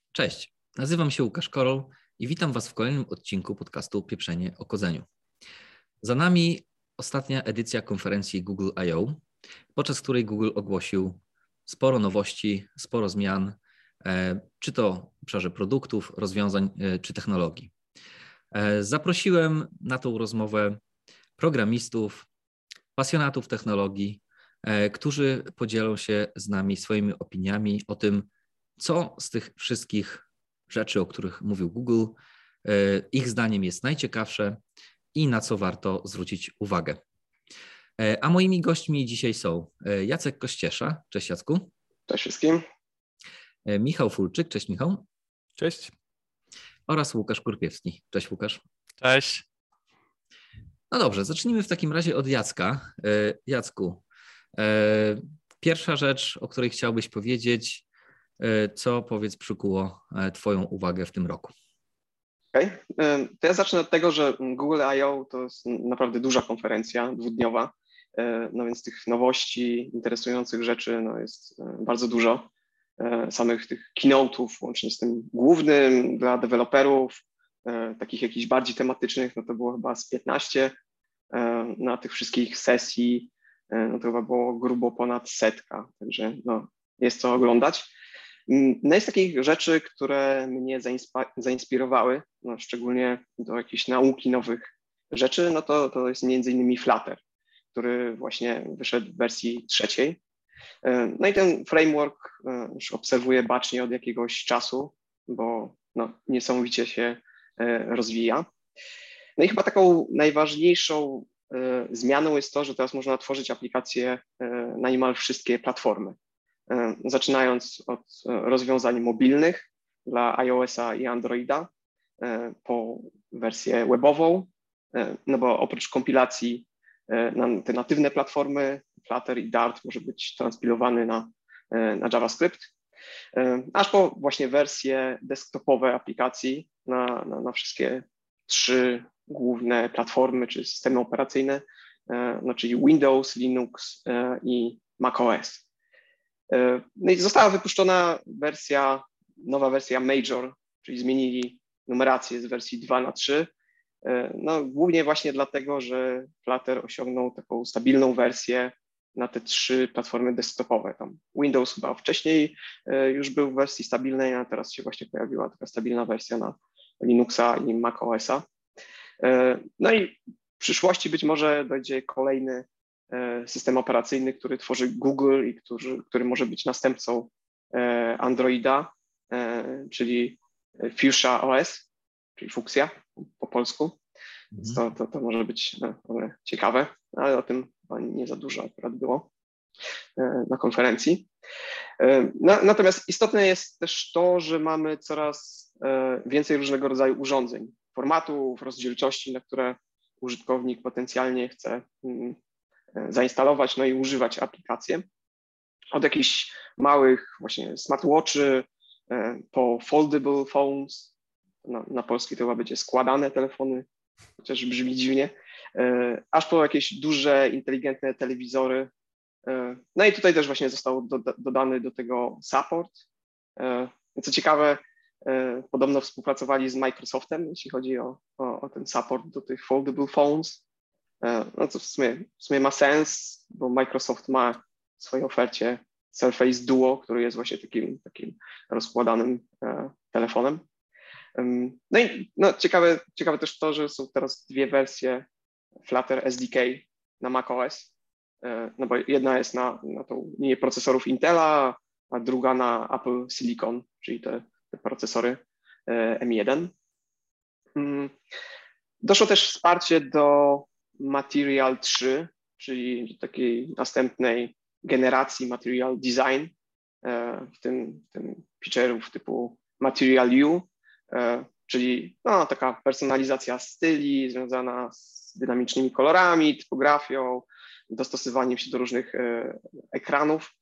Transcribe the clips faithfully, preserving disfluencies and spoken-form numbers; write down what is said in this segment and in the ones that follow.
Cześć, nazywam się Łukasz Korol i witam Was w kolejnym odcinku podcastu Pieprzenie o kodzeniu. Za nami ostatnia edycja konferencji Google I O, podczas której Google ogłosił sporo nowości, sporo zmian, czy to w obszarze produktów, rozwiązań, czy technologii. Zaprosiłem na tą rozmowę programistów, pasjonatów technologii, którzy podzielą się z nami swoimi opiniami o tym, co z tych wszystkich rzeczy, o których mówił Google, ich zdaniem jest najciekawsze i na co warto zwrócić uwagę. A moimi gośćmi dzisiaj są Jacek Kościesza. Cześć Jacku. Cześć wszystkim. Michał Fulczyk. Cześć Michał. Cześć. Oraz Łukasz Kurpiewski. Cześć Łukasz. Cześć. No dobrze, zacznijmy w takim razie od Jacka. Jacku, pierwsza rzecz, o której chciałbyś powiedzieć, co powiedz przykuło Twoją uwagę w tym roku? Okej, okay. To ja zacznę od tego, że Google I O to jest naprawdę duża konferencja, dwudniowa, no więc tych nowości, interesujących rzeczy no jest bardzo dużo. Samych tych keynote'ów, łącznie z tym głównym dla deweloperów, takich jakichś bardziej tematycznych, no to było chyba z piętnaście, na tych wszystkich sesji, no to chyba było grubo ponad setka, także no jest co oglądać. No jest takich rzeczy, które mnie zainspirowały, no szczególnie do jakiejś nauki nowych rzeczy, no to, to jest między innymi Flutter, który właśnie wyszedł w wersji trzeciej. No i ten framework już obserwuję bacznie od jakiegoś czasu, bo no, niesamowicie się rozwija. No i chyba taką najważniejszą zmianą jest to, że teraz można tworzyć aplikacje na niemal wszystkie platformy. Zaczynając od rozwiązań mobilnych dla iOS-a i Androida po wersję webową, no bo oprócz kompilacji na te natywne platformy Flutter i Dart może być transpilowany na, na JavaScript, aż po właśnie wersje desktopowe aplikacji na, na, na wszystkie trzy główne platformy czy systemy operacyjne, no czyli Windows, Linux i macOS. No i została wypuszczona wersja, nowa wersja Major, czyli zmienili numerację z wersji dwa na trzy. No głównie właśnie dlatego, że Flutter osiągnął taką stabilną wersję na te trzy platformy desktopowe. Tam Windows chyba wcześniej już był w wersji stabilnej, a teraz się właśnie pojawiła taka stabilna wersja na Linuxa i macOS-a. No i w przyszłości być może dojdzie kolejny system operacyjny, który tworzy Google i który, który może być następcą Androida, czyli Fuchsia O S, czyli Fuchsia po polsku. Więc to, to, to może być no, ciekawe, ale o tym nie za dużo akurat było na konferencji. No, natomiast istotne jest też to, że mamy coraz więcej różnego rodzaju urządzeń, formatów, rozdzielczości, na które użytkownik potencjalnie chce zainstalować, no i używać aplikacje. Od jakichś małych właśnie smartwatchy po foldable phones, na, na polski to chyba będzie składane telefony, chociaż brzmi dziwnie, aż po jakieś duże, inteligentne telewizory. No i tutaj też właśnie został do, dodany do tego support. Co ciekawe, podobno współpracowali z Microsoftem, jeśli chodzi o, o, o ten support do tych foldable phones. No to w sumie, w sumie ma sens, bo Microsoft ma w swojej ofercie Surface Duo, który jest właśnie takim, takim rozkładanym e, telefonem. Um, no i no, ciekawe, ciekawe też to, że są teraz dwie wersje Flutter S D K na macOS, e, no bo jedna jest na, na tą linię procesorów Intela, a druga na Apple Silicon, czyli te, te procesory e, M jeden. Um, doszło też wsparcie do Material trzy, czyli takiej następnej generacji Material Design, w tym, w tym feature'ów typu Material U, czyli no, taka personalizacja styli związana z dynamicznymi kolorami, typografią, dostosowaniem się do różnych ekranów.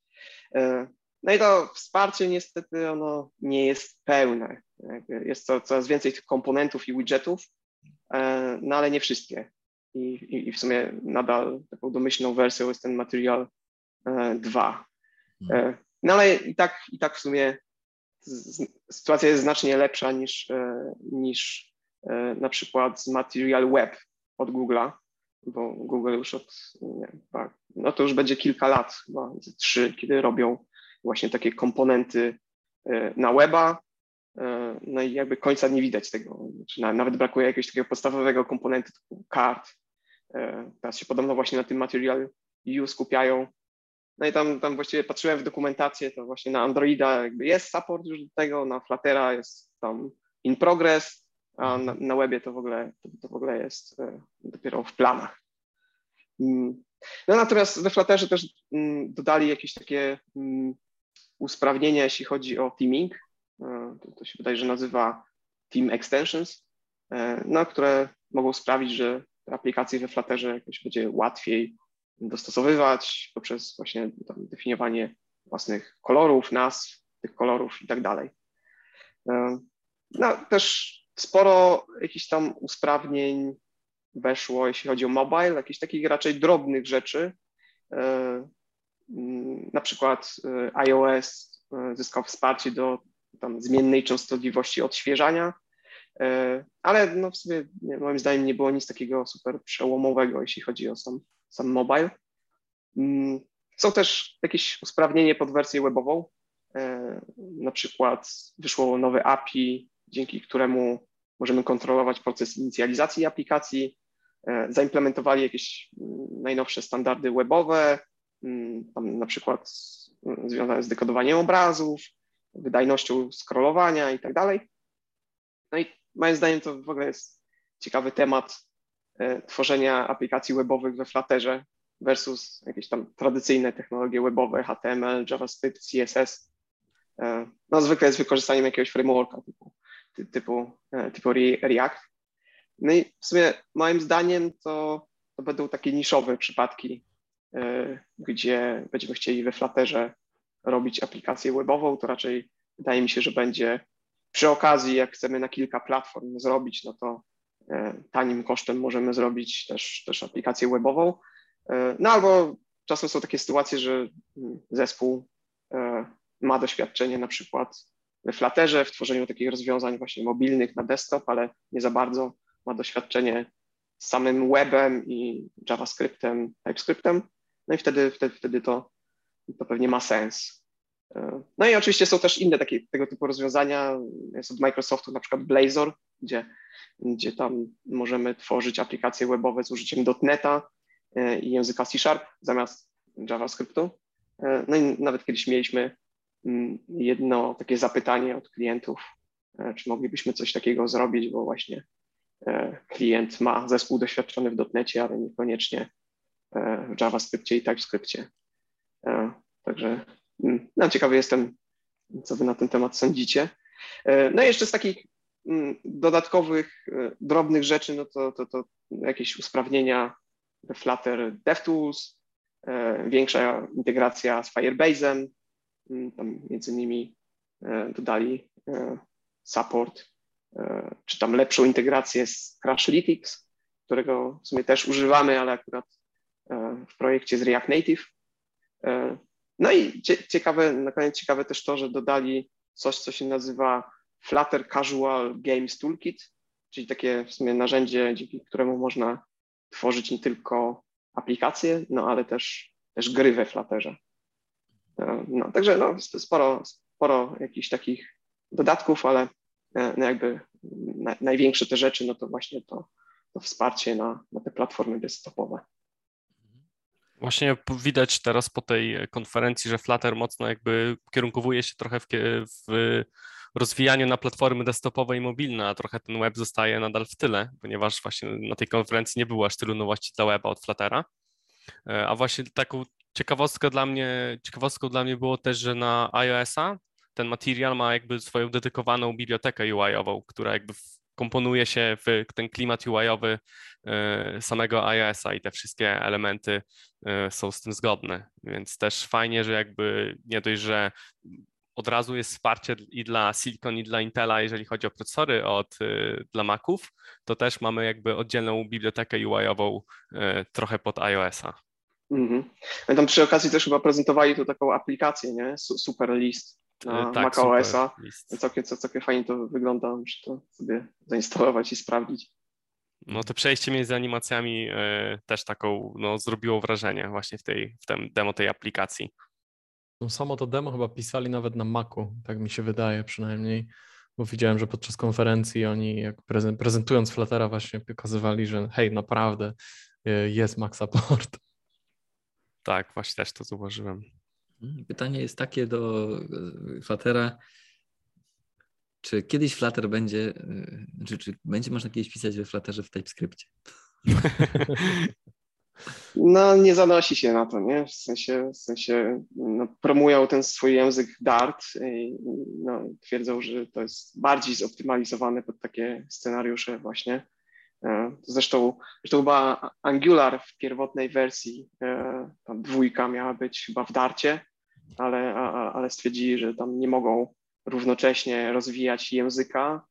No i to wsparcie niestety ono nie jest pełne. Jest to coraz więcej tych komponentów i widgetów, no ale nie wszystkie. I, i, i w sumie nadal taką domyślną wersją jest ten Material dwa. No ale i tak, i tak w sumie sytuacja jest znacznie lepsza niż, niż na przykład z Material Web od Google'a, bo Google już od, nie wiem, no to już będzie kilka lat, chyba trzy, kiedy robią właśnie takie komponenty na weba, no i jakby końca nie widać tego, znaczy nawet brakuje jakiegoś takiego podstawowego komponentu typu card. Teraz się podobno właśnie na tym Material U skupiają. No i tam, tam właściwie patrzyłem w dokumentację, to właśnie na Androida jakby jest support już do tego, na Fluttera jest tam in progress, a na, na webie to w ogóle, to, to w ogóle jest e, dopiero w planach. Mm. No natomiast we Flutterze też mm, dodali jakieś takie mm, usprawnienia, jeśli chodzi o teaming. E, to, to się wydaje, że nazywa Team Extensions, e, no, które mogą sprawić, że aplikacje we Flutterze jakoś będzie łatwiej dostosowywać poprzez właśnie tam definiowanie własnych kolorów, nazw tych kolorów i tak dalej. No, też sporo jakichś tam usprawnień weszło, jeśli chodzi o mobile, jakichś takich raczej drobnych rzeczy. Na przykład iOS zyskał wsparcie do tam zmiennej częstotliwości odświeżania, ale no w sumie nie, moim zdaniem nie było nic takiego super przełomowego, jeśli chodzi o sam, sam mobile. Są też jakieś usprawnienie pod wersję webową. Na przykład wyszło nowe A P I, dzięki któremu możemy kontrolować proces inicjalizacji aplikacji. Zaimplementowali jakieś najnowsze standardy webowe, tam na przykład związane z dekodowaniem obrazów, wydajnością scrollowania i tak dalej. No i moim zdaniem to w ogóle jest ciekawy temat tworzenia aplikacji webowych we Flutterze versus jakieś tam tradycyjne technologie webowe, H T M L, JavaScript, C S S. No zwykle z wykorzystaniem jakiegoś frameworka typu, typu, typu React. No i w sumie moim zdaniem to, to będą takie niszowe przypadki, gdzie będziemy chcieli we Flutterze robić aplikację webową, to raczej wydaje mi się, że będzie przy okazji, jak chcemy na kilka platform zrobić, no to tanim kosztem możemy zrobić też, też aplikację webową. No albo czasem są takie sytuacje, że zespół ma doświadczenie na przykład we Flutterze w tworzeniu takich rozwiązań właśnie mobilnych na desktop, ale nie za bardzo ma doświadczenie z samym webem i JavaScriptem, TypeScriptem. No i wtedy, wtedy, wtedy to, to pewnie ma sens. No i oczywiście są też inne takie, tego typu rozwiązania. Jest od Microsoftu na przykład Blazor, gdzie, gdzie tam możemy tworzyć aplikacje webowe z użyciem dotneta i języka C Sharp zamiast JavaScriptu. No i nawet kiedyś mieliśmy jedno takie zapytanie od klientów, czy moglibyśmy coś takiego zrobić, bo właśnie klient ma zespół doświadczony w dotnecie, ale niekoniecznie w JavaScripcie i TypeScripcie. Także no, ciekawy jestem, co wy na ten temat sądzicie. No i jeszcze z takich dodatkowych, drobnych rzeczy, no to, to, to jakieś usprawnienia we Flutter DevTools, większa integracja z Firebase'em, tam między innymi dodali support, czy tam lepszą integrację z Crashlytics, którego w sumie też używamy, ale akurat w projekcie z React Native. No i ciekawe, na koniec ciekawe też to, że dodali coś, co się nazywa Flutter Casual Games Toolkit, czyli takie w sumie narzędzie, dzięki któremu można tworzyć nie tylko aplikacje, no ale też, też gry we Flutterze. No, także no, sporo, sporo jakichś takich dodatków, ale no jakby na, największe te rzeczy, no to właśnie to, to wsparcie na, na te platformy desktopowe. Właśnie widać teraz po tej konferencji, że Flutter mocno jakby kierunkowuje się trochę w, w rozwijaniu na platformy desktopowe i mobilne, a trochę ten web zostaje nadal w tyle, ponieważ właśnie na tej konferencji nie było aż tylu nowości dla weba od Fluttera. A właśnie taką ciekawostkę dla mnie, ciekawostką dla mnie było też, że na iOS-a ten Material ma jakby swoją dedykowaną bibliotekę U I-ową, która jakby komponuje się w ten klimat U I-owy samego iOS-a i te wszystkie elementy są z tym zgodne, więc też fajnie, że jakby nie dość, że od razu jest wsparcie i dla Silicon, i dla Intela, jeżeli chodzi o procesory od, dla Maców, to też mamy jakby oddzielną bibliotekę U I-ową trochę pod iOS-a. Mhm. Tam przy okazji też chyba prezentowali tu taką aplikację, nie? Super List, na tak, macOSa. super. Całkiem, całkiem fajnie to wygląda, muszę to sobie zainstalować i sprawdzić. No to przejście między animacjami e, też taką, no, zrobiło wrażenie właśnie w tej, w tym demo tej aplikacji. No samo to demo chyba pisali nawet na Macu, tak mi się wydaje przynajmniej, bo widziałem, że podczas konferencji oni jak prezentując Fluttera właśnie pokazywali, że hej, naprawdę jest Mac support. Tak, właśnie też to zauważyłem. Pytanie jest takie do Fluttera, czy kiedyś Flutter będzie, czy, czy będzie można kiedyś pisać we Flutterze w TypeScriptie? No nie zanosi się na to, nie? W sensie, w sensie no, promują ten swój język Dart i no, twierdzą, że to jest bardziej zoptymalizowane pod takie scenariusze właśnie. Zresztą, zresztą chyba Angular w pierwotnej wersji, tam dwójka miała być chyba w Darcie, ale, ale stwierdzili, że tam nie mogą równocześnie rozwijać języka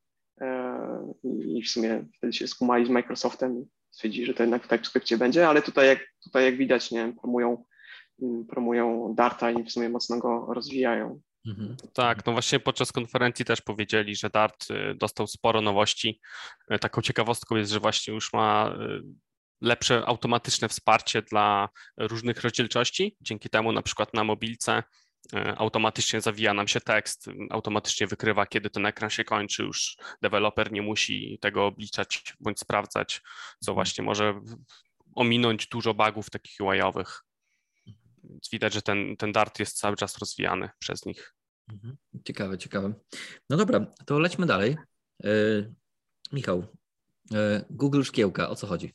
i w sumie wtedy się skumali z Microsoftem i stwierdzili, że to jednak w TypeScriptie będzie, ale tutaj jak, tutaj jak widać, nie, promują, promują Darta i w sumie mocno go rozwijają. Mhm. Tak, no właśnie podczas konferencji też powiedzieli, że Dart dostał sporo nowości. Taką ciekawostką jest, że właśnie już ma lepsze automatyczne wsparcie dla różnych rozdzielczości. Dzięki temu na przykład na mobilce automatycznie zawija nam się tekst, automatycznie wykrywa, kiedy ten ekran się kończy, już deweloper nie musi tego obliczać bądź sprawdzać, co właśnie może ominąć dużo bugów takich U I-owych. Więc widać, że ten, ten Dart jest cały czas rozwijany przez nich. Ciekawe, ciekawe. No dobra, to lećmy dalej. Yy, Michał, yy, Google Szkiełka, o co chodzi?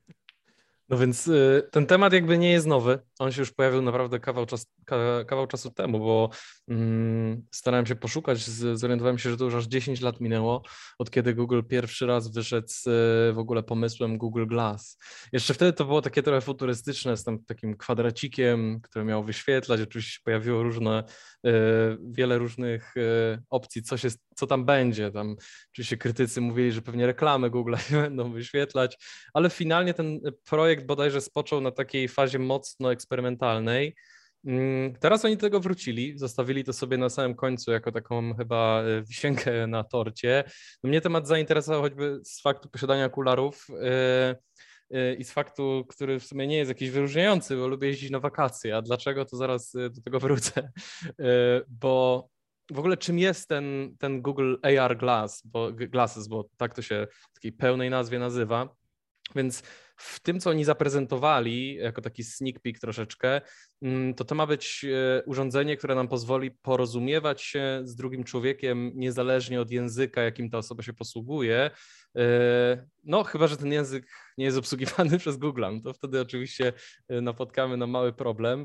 No więc y, ten temat jakby nie jest nowy. On się już pojawił naprawdę kawał, czas, ka, kawał czasu temu, bo mm, starałem się poszukać, z, zorientowałem się, że to już aż dziesięć lat minęło, od kiedy Google pierwszy raz wyszedł z y, w ogóle pomysłem Google Glass. Jeszcze wtedy to było takie trochę futurystyczne, z tam takim kwadracikiem, który miał wyświetlać. Oczywiście się pojawiło różne, y, wiele różnych y, opcji, co, się, co tam będzie. Tam oczywiście krytycy mówili, że pewnie reklamy Google będą wyświetlać, ale finalnie ten projekt bodajże spoczął na takiej fazie mocno eksperymentalnej. Teraz oni do tego wrócili, zostawili to sobie na samym końcu jako taką chyba wisienkę na torcie. No mnie temat zainteresował choćby z faktu posiadania okularów yy, i z faktu, który w sumie nie jest jakiś wyróżniający, bo lubię jeździć na wakacje. A dlaczego, to zaraz do tego wrócę. Yy, bo w ogóle czym jest ten, ten Google A R Glass, bo, Glasses, bo tak to się w takiej pełnej nazwie nazywa. Więc w tym, co oni zaprezentowali, jako taki sneak peek troszeczkę, to to ma być urządzenie, które nam pozwoli porozumiewać się z drugim człowiekiem niezależnie od języka, jakim ta osoba się posługuje. No, chyba że ten język nie jest obsługiwany przez Google, no to wtedy oczywiście napotkamy na mały problem.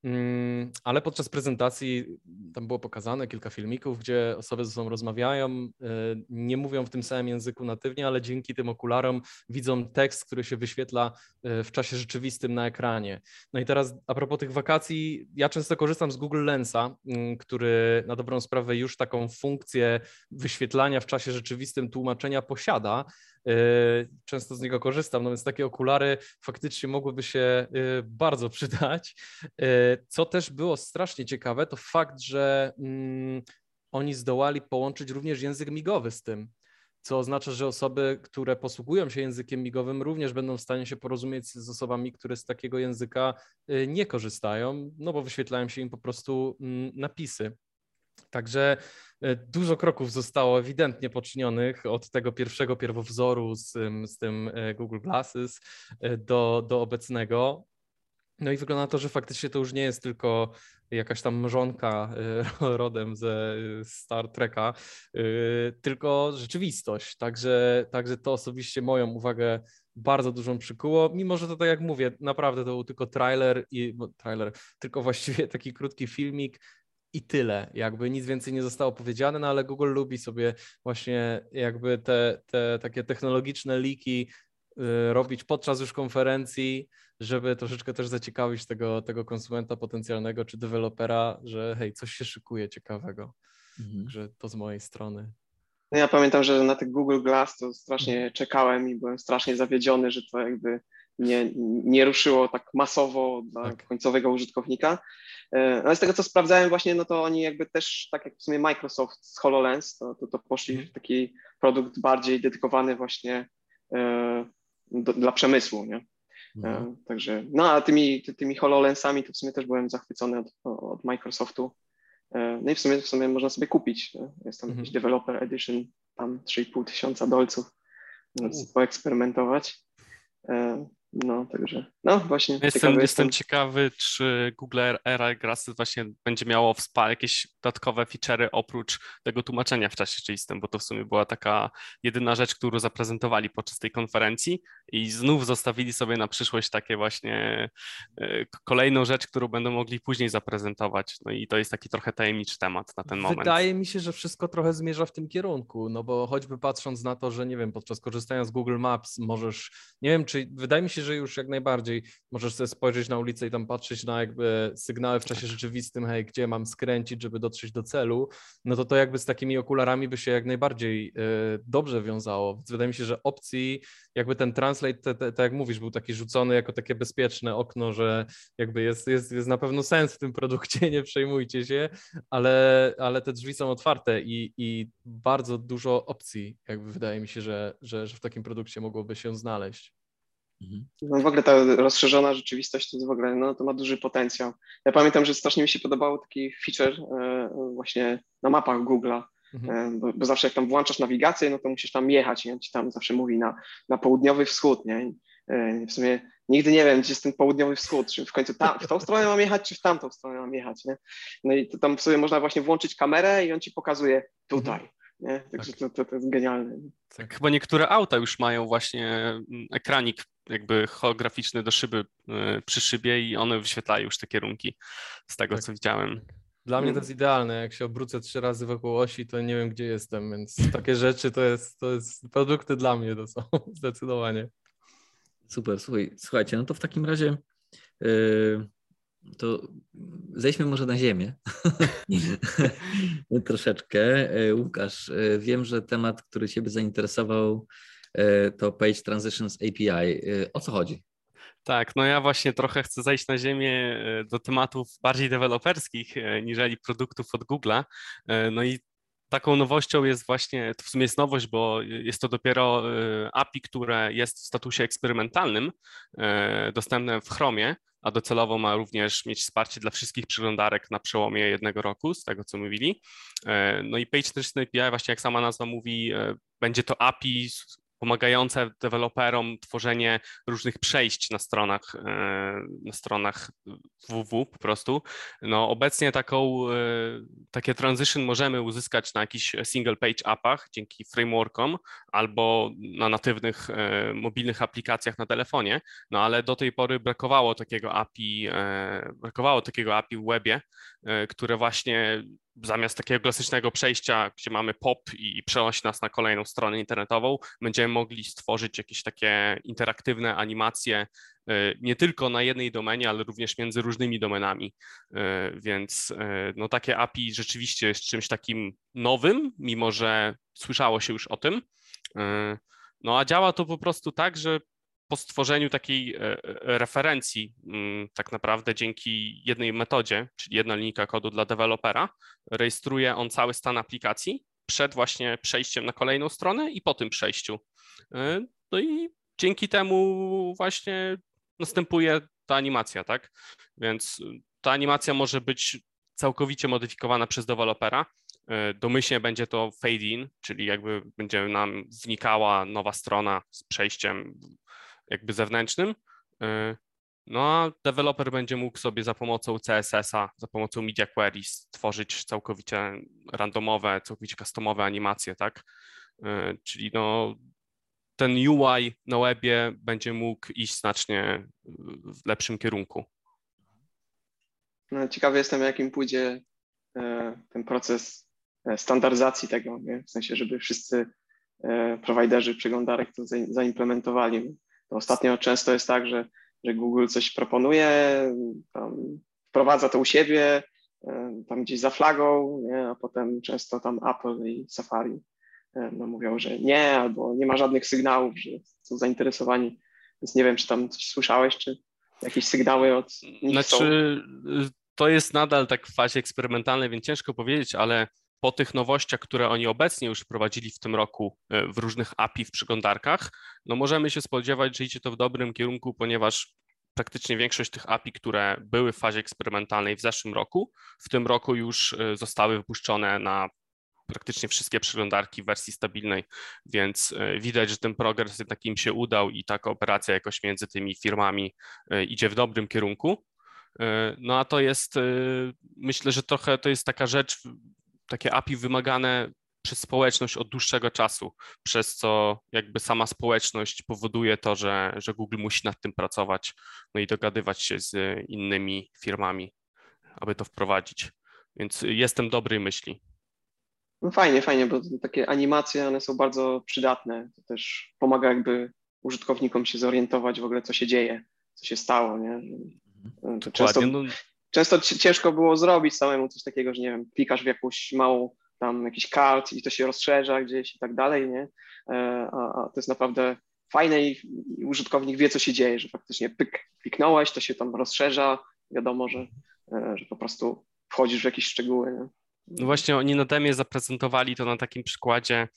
Ale podczas prezentacji tam było pokazane kilka filmików, gdzie osoby ze sobą rozmawiają, nie mówią w tym samym języku natywnie, ale dzięki tym okularom widzą tekst, który się wyświetla w czasie rzeczywistym na ekranie. No i teraz a propos tych wakacji, ja często korzystam z Google Lensa, który na dobrą sprawę już taką funkcję wyświetlania w czasie rzeczywistym tłumaczenia posiada. Często z niego korzystam, no więc takie okulary faktycznie mogłyby się bardzo przydać. Co też było strasznie ciekawe, to fakt, że mm, oni zdołali połączyć również język migowy z tym, co oznacza, że osoby, które posługują się językiem migowym, również będą w stanie się porozumieć z osobami, które z takiego języka nie korzystają, no bo wyświetlają się im po prostu napisy. Także dużo kroków zostało ewidentnie poczynionych od tego pierwszego pierwowzoru z, z tym Google Glasses do, do obecnego. No i wygląda na to, że faktycznie to już nie jest tylko jakaś tam mrzonka rodem ze Star Treka, tylko rzeczywistość. Także, także to osobiście moją uwagę bardzo dużą przykuło, mimo że to tak jak mówię, naprawdę to był tylko trailer, i, bo trailer, tylko właściwie taki krótki filmik i tyle. Jakby nic więcej nie zostało powiedziane, no ale Google lubi sobie właśnie jakby te, te takie technologiczne leaki robić podczas już konferencji, żeby troszeczkę też zaciekawić tego, tego konsumenta potencjalnego czy dewelopera, że hej, coś się szykuje ciekawego. Mhm. Także to z mojej strony. No ja pamiętam, że na tych Google Glass to strasznie czekałem i byłem strasznie zawiedziony, że to jakby nie, nie ruszyło tak masowo dla Tak. końcowego użytkownika. Ale z tego, co sprawdzałem właśnie, no to oni jakby też, tak jak w sumie Microsoft z HoloLens, to, to, to poszli w taki produkt bardziej dedykowany właśnie do, dla przemysłu, nie? Mhm. Także, no a tymi, ty, tymi HoloLensami to w sumie też byłem zachwycony od, od Microsoftu. No i w sumie, w sumie można sobie kupić. Nie? Jest tam mhm. jakiś Developer Edition, tam trzy i pół tysiąca dolców, żeby poeksperymentować. No, także, no właśnie. Jestem, ciekawy jestem ciekawy, czy Google A R Glasses właśnie będzie miało wspa- jakieś dodatkowe feature'y oprócz tego tłumaczenia w czasie rzeczywistym, bo to w sumie była taka jedyna rzecz, którą zaprezentowali podczas tej konferencji i znów zostawili sobie na przyszłość takie właśnie y, kolejną rzecz, którą będą mogli później zaprezentować. No i to jest taki trochę tajemniczy temat na ten moment. Wydaje mi się, że wszystko trochę zmierza w tym kierunku, no bo choćby patrząc na to, że nie wiem, podczas korzystania z Google Maps możesz, nie wiem, czy wydaje mi się, że już jak najbardziej możesz sobie spojrzeć na ulicę i tam patrzeć na jakby sygnały w czasie rzeczywistym, hej, gdzie mam skręcić, żeby dotrzeć do celu, no to to jakby z takimi okularami by się jak najbardziej y, dobrze wiązało. Więc wydaje mi się, że opcji, jakby ten translate, tak jak mówisz, był taki rzucony jako takie bezpieczne okno, że jakby jest, jest, jest na pewno sens w tym produkcie, nie przejmujcie się, ale, ale te drzwi są otwarte i, i bardzo dużo opcji, jakby wydaje mi się, że, że, że w takim produkcie mogłoby się znaleźć. No w ogóle ta rozszerzona rzeczywistość to jest w ogóle, no to ma duży potencjał. Ja pamiętam, że strasznie mi się podobał taki feature e, właśnie na mapach Google'a, mhm. e, bo, bo zawsze jak tam włączasz nawigację, no to musisz tam jechać i on ci tam zawsze mówi na, na południowy wschód, nie? E, w sumie nigdy nie wiem, gdzie jest ten południowy wschód, czy w końcu tam, w tą stronę mam jechać, czy w tamtą stronę mam jechać, nie? No i to tam sobie można właśnie włączyć kamerę i on ci pokazuje tutaj. Mhm. Nie? Także tak. to, to, to jest genialne. Tak, chyba niektóre auta już mają właśnie ekranik jakby holograficzny do szyby, przy szybie i one wyświetlają już te kierunki z tego, tak. co widziałem. Dla mnie to jest idealne, jak się obrócę trzy razy wokół osi, to nie wiem, gdzie jestem, więc takie rzeczy to jest, to jest produkty dla mnie to są, zdecydowanie. Super, słuchaj, słuchajcie, no to w takim razie yy, to zejdźmy może na ziemię troszeczkę. Łukasz, wiem, że temat, który Ciebie zainteresował, to Page Transitions A P I. O co chodzi? Tak, no ja właśnie trochę chcę zejść na ziemię do tematów bardziej deweloperskich niżeli produktów od Google'a. No i taką nowością jest właśnie, to w sumie jest nowość, bo jest to dopiero A P I, które jest w statusie eksperymentalnym, dostępne w Chromie, a docelowo ma również mieć wsparcie dla wszystkich przeglądarek na przełomie jednego roku, z tego co mówili. No i Page Transition A P I, właśnie jak sama nazwa mówi, będzie to A P I pomagające deweloperom tworzenie różnych przejść na stronach, na stronach www po prostu. No obecnie taką, takie transition możemy uzyskać na jakichś single page appach dzięki frameworkom albo na natywnych mobilnych aplikacjach na telefonie, no ale do tej pory brakowało takiego A P I, brakowało takiego A P I w webie, które właśnie zamiast takiego klasycznego przejścia, gdzie mamy pop i przenosi nas na kolejną stronę internetową, będziemy mogli stworzyć jakieś takie interaktywne animacje nie tylko na jednej domenie, ale również między różnymi domenami. Więc no, takie A P I rzeczywiście jest czymś takim nowym, mimo że słyszało się już o tym. No a działa to po prostu tak, że po stworzeniu takiej referencji tak naprawdę dzięki jednej metodzie, czyli jedna linijka kodu dla dewelopera, rejestruje on cały stan aplikacji przed właśnie przejściem na kolejną stronę i po tym przejściu. No i dzięki temu właśnie następuje ta animacja, tak? Więc ta animacja może być całkowicie modyfikowana przez dewelopera. Domyślnie będzie to fade-in, czyli jakby będzie nam wnikała nowa strona z przejściem jakby zewnętrznym, no a deweloper będzie mógł sobie za pomocą C S S a, za pomocą Media Queries stworzyć całkowicie randomowe, całkowicie customowe animacje, tak? Czyli no ten U I na webie będzie mógł iść znacznie w lepszym kierunku. No, ciekawy jestem, jakim pójdzie ten proces standaryzacji tego, nie? W sensie, żeby wszyscy prowajderzy przeglądarek to zaimplementowali. To ostatnio często jest tak, że, że Google coś proponuje, tam wprowadza to u siebie, tam gdzieś za flagą, nie? A potem często tam Apple i Safari no, mówią, że nie, albo nie ma żadnych sygnałów, że są zainteresowani więc nie wiem, czy tam coś słyszałeś, czy jakieś sygnały od nich Znaczy, są. to jest nadal tak w fazie eksperymentalnej, więc ciężko powiedzieć, ale po tych nowościach, które oni obecnie już wprowadzili w tym roku w różnych A P I w przeglądarkach, no możemy się spodziewać, że idzie to w dobrym kierunku, ponieważ praktycznie większość tych A P I, które były w fazie eksperymentalnej w zeszłym roku, w tym roku już zostały wypuszczone na praktycznie wszystkie przeglądarki w wersji stabilnej, więc widać, że ten progres jednak im się udał i ta kooperacja jakoś między tymi firmami idzie w dobrym kierunku. No a to jest, myślę, że trochę to jest taka rzecz, takie A P I wymagane przez społeczność od dłuższego czasu, przez co jakby sama społeczność powoduje to, że, że Google musi nad tym pracować, no i dogadywać się z innymi firmami, aby to wprowadzić. Więc jestem dobrej myśli. No fajnie, fajnie, bo takie animacje, one są bardzo przydatne. To też pomaga jakby użytkownikom się zorientować w ogóle, co się dzieje, co się stało, nie? To często, no... często ciężko było zrobić samemu coś takiego, że nie wiem, klikasz w jakąś małą tam jakiś kart i to się rozszerza gdzieś i tak dalej, nie? A, a to jest naprawdę fajne i, i użytkownik wie, co się dzieje, że faktycznie pyk, kliknąłeś, to się tam rozszerza, wiadomo, że, że po prostu wchodzisz w jakieś szczegóły, nie? No właśnie oni na demie zaprezentowali to na takim przykładzie,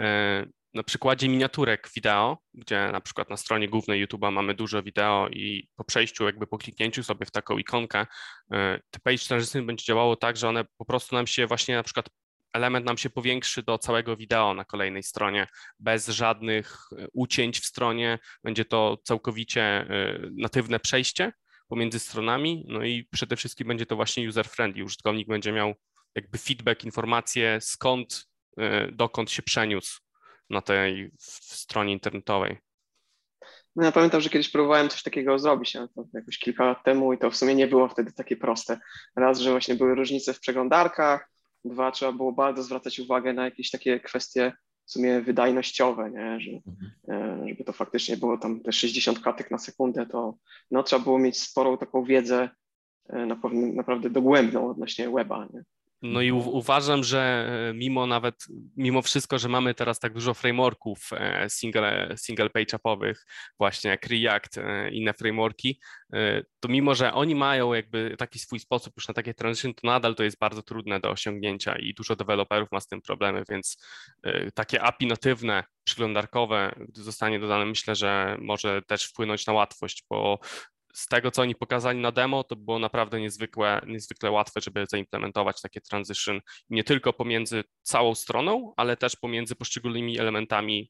na przykładzie miniaturek wideo, gdzie na przykład na stronie głównej YouTube'a mamy dużo wideo i po przejściu, jakby po kliknięciu sobie w taką ikonkę, te page transition będzie działało tak, że one po prostu nam się właśnie na przykład element nam się powiększy do całego wideo na kolejnej stronie, bez żadnych ucięć w stronie, będzie to całkowicie natywne przejście pomiędzy stronami, no i przede wszystkim będzie to właśnie user-friendly, użytkownik będzie miał jakby feedback, informacje skąd, dokąd się przeniósł na tej stronie internetowej. No ja pamiętam, że kiedyś próbowałem coś takiego zrobić, ale to jakoś kilka lat temu i to w sumie nie było wtedy takie proste. Raz, że właśnie były różnice w przeglądarkach, dwa, trzeba było bardzo zwracać uwagę na jakieś takie kwestie w sumie wydajnościowe, nie? Że, mhm. żeby to faktycznie było tam te sześćdziesiąt klatek na sekundę, to no, trzeba było mieć sporą taką wiedzę naprawdę dogłębną odnośnie weba, nie? No i u- uważam, że mimo nawet, mimo wszystko, że mamy teraz tak dużo frameworków single, single page-upowych, właśnie jak React, inne frameworki, to mimo, że oni mają jakby taki swój sposób już na takie transition, to nadal to jest bardzo trudne do osiągnięcia i dużo deweloperów ma z tym problemy, więc takie A P I natywne, przeglądarkowe, gdy zostanie dodane, myślę, że może też wpłynąć na łatwość, bo z tego, co oni pokazali na demo, to było naprawdę niezwykle, niezwykle łatwe, żeby zaimplementować takie transition nie tylko pomiędzy całą stroną, ale też pomiędzy poszczególnymi elementami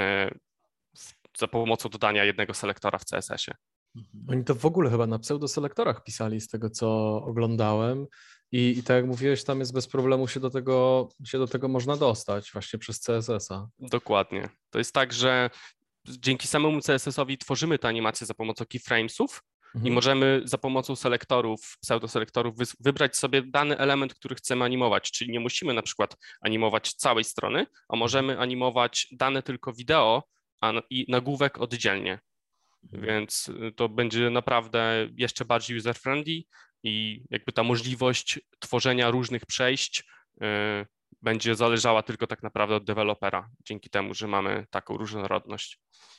za pomocą dodania jednego selektora w C S S ie. Oni to w ogóle chyba na pseudoselektorach pisali, z tego co oglądałem. I, I tak jak mówiłeś, tam jest bez problemu się do tego, się do tego można dostać właśnie przez C S S a. Dokładnie. To jest tak, że dzięki samemu C S S owi tworzymy te animacje za pomocą keyframesów mhm. i możemy za pomocą selektorów, pseudoselektorów wybrać sobie dany element, który chcemy animować, czyli nie musimy na przykład animować całej strony, a możemy animować dane tylko wideo a, i nagłówek oddzielnie. Mhm. Więc to będzie naprawdę jeszcze bardziej user-friendly i jakby ta możliwość tworzenia różnych przejść yy, będzie zależała tylko tak naprawdę od dewelopera, dzięki temu, że mamy taką różnorodność.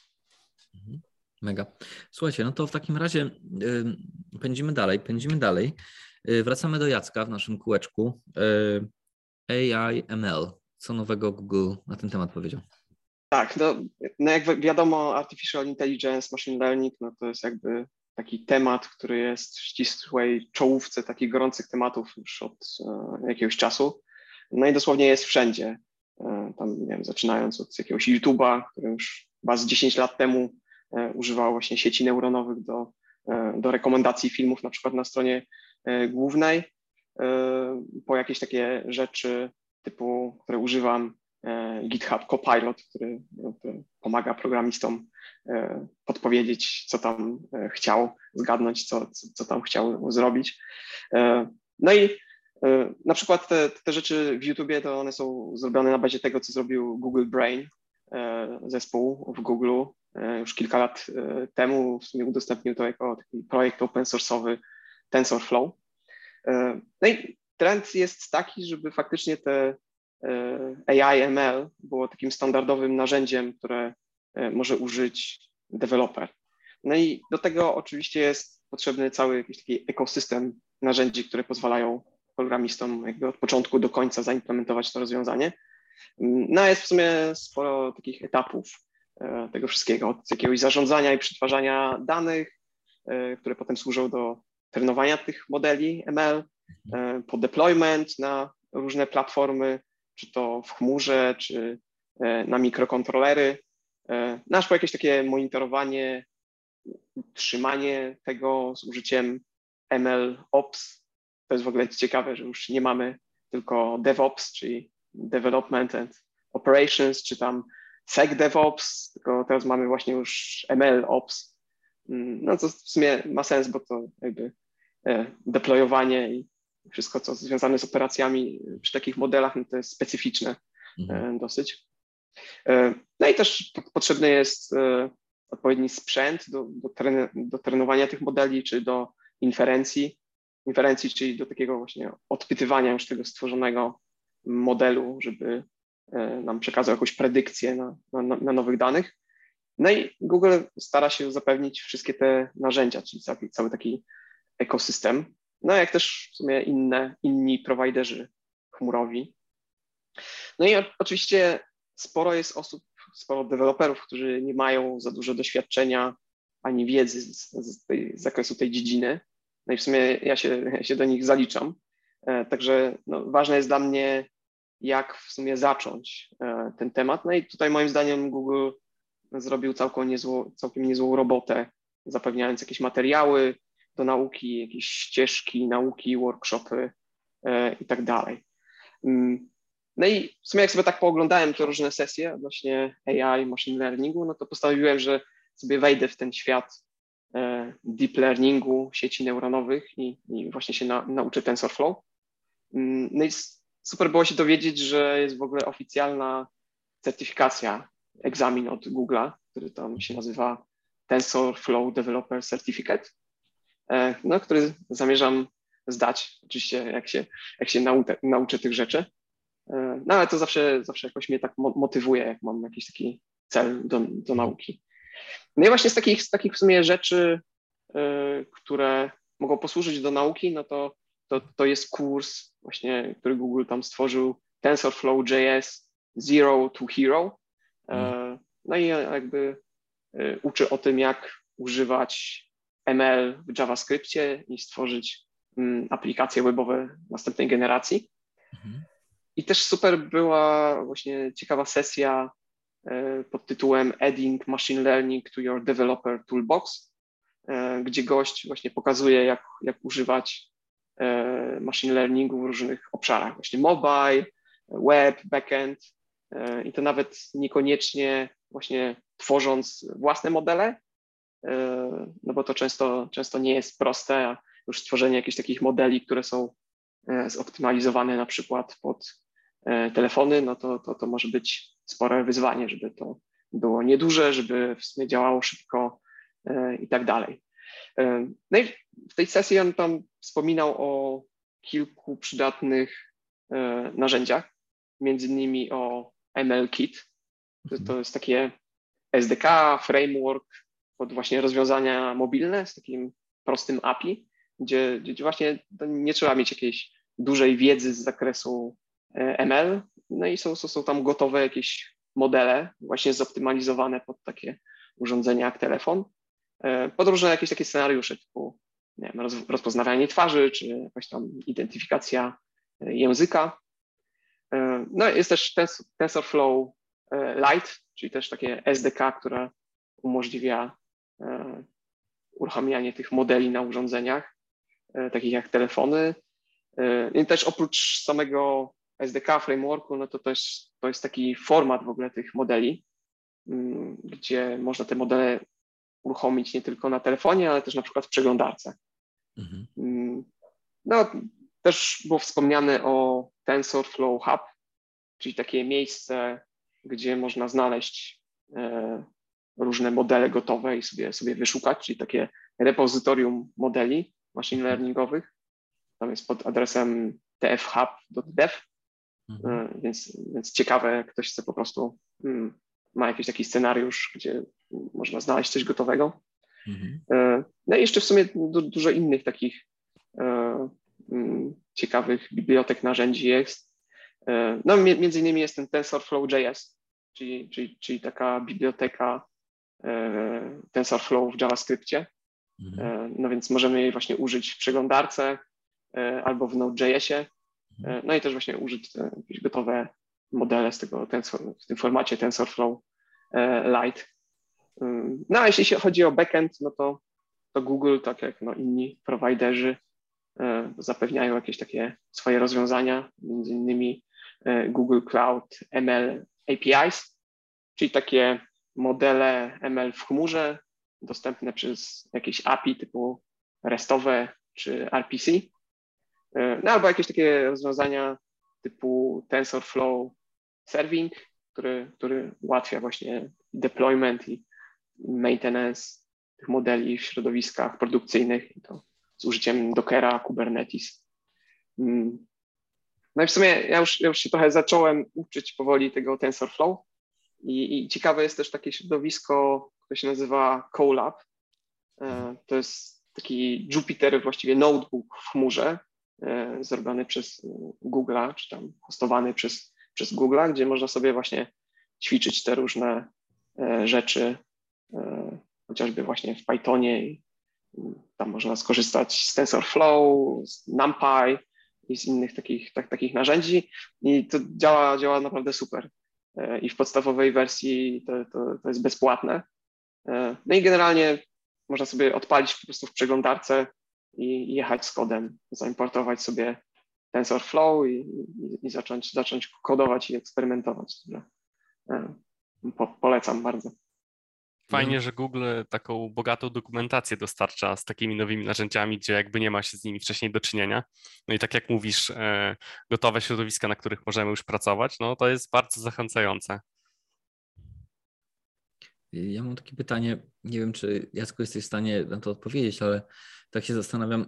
Mega. Słuchajcie, no to w takim razie yy, pędzimy dalej, pędzimy dalej. Yy, wracamy do Jacka w naszym kółeczku. Yy, A I M L. Co nowego Google na ten temat powiedział? Tak, no, no jak wiadomo, Artificial Intelligence, Machine Learning, no to jest jakby taki temat, który jest w ścisłej czołówce takich gorących tematów już od e, jakiegoś czasu. No i dosłownie jest wszędzie. E, tam, nie wiem, zaczynając od jakiegoś YouTube'a, który już chyba z dziesięć lat temu e, używał właśnie sieci neuronowych do, e, do rekomendacji filmów, na przykład na stronie e, głównej, e, po jakieś takie rzeczy typu, które używam, GitHub Copilot, który, który pomaga programistom podpowiedzieć, co tam chciał, zgadnąć, co, co, co tam chciał zrobić. No i na przykład te, te rzeczy w YouTubie, to one są zrobione na bazie tego, co zrobił Google Brain, zespół w Google już kilka lat temu. W sumie udostępnił to jako taki projekt open source'owy TensorFlow. No i trend jest taki, żeby faktycznie te A I M L było takim standardowym narzędziem, które może użyć deweloper. No i do tego oczywiście jest potrzebny cały jakiś taki ekosystem narzędzi, które pozwalają programistom jakby od początku do końca zaimplementować to rozwiązanie. No jest w sumie sporo takich etapów tego wszystkiego, od jakiegoś zarządzania i przetwarzania danych, które potem służą do trenowania tych modeli M L, po deployment na różne platformy, czy to w chmurze, czy na mikrokontrolery, no aż po jakieś takie monitorowanie, utrzymanie tego z użyciem M L Ops. To jest w ogóle ciekawe, że już nie mamy tylko DevOps, czyli Development and Operations, czy tam SecDevOps, tylko teraz mamy właśnie już M L Ops. No to w sumie ma sens, bo to jakby deployowanie i wszystko, co związane z operacjami przy takich modelach, no to jest specyficzne mhm. dosyć. No i też potrzebny jest odpowiedni sprzęt do, do, tren, do trenowania tych modeli, czy do inferencji, inferencji, czyli do takiego właśnie odpytywania już tego stworzonego modelu, żeby nam przekazał jakąś predykcję na, na, na nowych danych. No i Google stara się zapewnić wszystkie te narzędzia, czyli cały, cały taki ekosystem, no jak też w sumie inne, inni prowajderzy chmurowi. No i o, oczywiście sporo jest osób, sporo deweloperów, którzy nie mają za dużo doświadczenia ani wiedzy z, z, tej, z zakresu tej dziedziny. No i w sumie ja się, ja się do nich zaliczam. E, także no, ważne jest dla mnie, jak w sumie zacząć e, ten temat. No i tutaj moim zdaniem Google zrobił całkiem niezłą, całkiem niezłą robotę, zapewniając jakieś materiały do nauki, jakieś ścieżki nauki, workshopy e, i tak dalej. No i w sumie jak sobie tak pooglądałem te różne sesje odnośnie A I, machine learningu, no to postanowiłem, że sobie wejdę w ten świat e, deep learningu, sieci neuronowych i, i właśnie się na, nauczę TensorFlow. No i super było się dowiedzieć, że jest w ogóle oficjalna certyfikacja, egzamin od Google'a, który tam się nazywa TensorFlow Developer Certificate, e, no, który zamierzam zdać, oczywiście jak się, jak się nauczę, nauczę tych rzeczy. No ale to zawsze, zawsze jakoś mnie tak motywuje, jak mam jakiś taki cel do, do nauki. No i właśnie z takich, z takich w sumie rzeczy, y, które mogą posłużyć do nauki, no to, to, to jest kurs właśnie, który Google tam stworzył, TensorFlow.js Zero to Hero. Y, no i jakby y, uczy o tym, jak używać M L w JavaScriptie i stworzyć y, aplikacje webowe następnej generacji. Mhm. I też super była właśnie ciekawa sesja pod tytułem Adding Machine Learning to Your Developer Toolbox, gdzie gość właśnie pokazuje, jak, jak używać machine learningu w różnych obszarach, właśnie mobile, web, backend i to nawet niekoniecznie właśnie tworząc własne modele, no bo to często, często nie jest proste, a już stworzenie jakichś takich modeli, które są zoptymalizowane na przykład pod telefony, no to, to, to może być spore wyzwanie, żeby to było nieduże, żeby w sumie działało szybko i tak dalej. No i w tej sesji on tam wspominał o kilku przydatnych narzędziach, między innymi o M L Kit. To jest takie S D K, framework pod właśnie rozwiązania mobilne z takim prostym A P I, gdzie, gdzie właśnie nie trzeba mieć jakiejś dużej wiedzy z zakresu M L, no i są, są, są tam gotowe jakieś modele właśnie zoptymalizowane pod takie urządzenia jak telefon, pod różne jakieś takie scenariusze typu nie wiem, roz, rozpoznawanie twarzy, czy jakaś tam identyfikacja języka. No jest też TensorFlow Lite, czyli też takie S D K, które umożliwia uruchamianie tych modeli na urządzeniach, takich jak telefony. I też oprócz samego S D K frameworku, no to też to jest taki format w ogóle tych modeli, gdzie można te modele uruchomić nie tylko na telefonie, ale też na przykład w przeglądarce. Mhm. No, też było wspomniane o TensorFlow Hub, czyli takie miejsce, gdzie można znaleźć różne modele gotowe i sobie, sobie wyszukać, czyli takie repozytorium modeli machine learningowych. Tam jest pod adresem tfhub kropka dev, mhm. więc, więc ciekawe, jak ktoś chce po prostu, hmm, ma jakiś taki scenariusz, gdzie można znaleźć coś gotowego. Mhm. No i jeszcze w sumie du- dużo innych takich e, m, ciekawych bibliotek narzędzi jest. E, no między innymi jest ten TensorFlow.js, czyli, czyli, czyli taka biblioteka e, TensorFlow w JavaScriptie. Mhm. E, no więc możemy jej właśnie użyć w przeglądarce e, albo w Node.jsie. E, no i też właśnie użyć te jakieś gotowe modele z tego tensor, w tym formacie TensorFlow e, Lite. No a jeśli chodzi o backend, no to, to Google, tak jak no, inni prowajderzy, e, zapewniają jakieś takie swoje rozwiązania, między innymi e, Google Cloud M L A P Is, czyli takie modele M L w chmurze dostępne przez jakieś A P I typu RESTowe czy R P C, e, no albo jakieś takie rozwiązania typu TensorFlow Serving, który, który ułatwia właśnie deployment i maintenance tych modeli w środowiskach produkcyjnych i to z użyciem Dockera, Kubernetes. No i w sumie ja już, ja już się trochę zacząłem uczyć powoli tego TensorFlow i, i ciekawe jest też takie środowisko, które się nazywa Colab. To jest taki Jupyter, właściwie notebook w chmurze, zrobiony przez Google'a, czy tam hostowany przez, przez Google'a, gdzie można sobie właśnie ćwiczyć te różne rzeczy, chociażby właśnie w Pythonie i tam można skorzystać z TensorFlow, z NumPy i z innych takich, tak, takich narzędzi i to działa, działa naprawdę super. I w podstawowej wersji to, to, to jest bezpłatne. No i generalnie można sobie odpalić po prostu w przeglądarce i jechać z kodem, zaimportować sobie TensorFlow i, i, i zacząć, zacząć kodować i eksperymentować. Po, polecam bardzo. Fajnie, że Google taką bogatą dokumentację dostarcza z takimi nowymi narzędziami, gdzie jakby nie ma się z nimi wcześniej do czynienia. No i tak jak mówisz, e, gotowe środowiska, na których możemy już pracować, no to jest bardzo zachęcające. Ja mam takie pytanie, nie wiem, czy Jacku jesteś w stanie na to odpowiedzieć, ale tak się zastanawiam,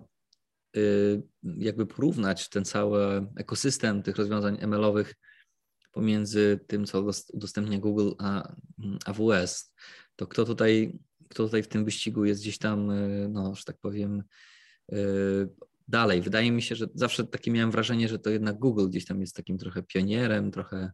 jakby porównać ten cały ekosystem tych rozwiązań M L-owych pomiędzy tym, co udostępnia Google, a A W S. To kto tutaj, kto tutaj w tym wyścigu jest gdzieś tam, no, że tak powiem, dalej? Wydaje mi się, że zawsze takie miałem wrażenie, że to jednak Google gdzieś tam jest takim trochę pionierem, trochę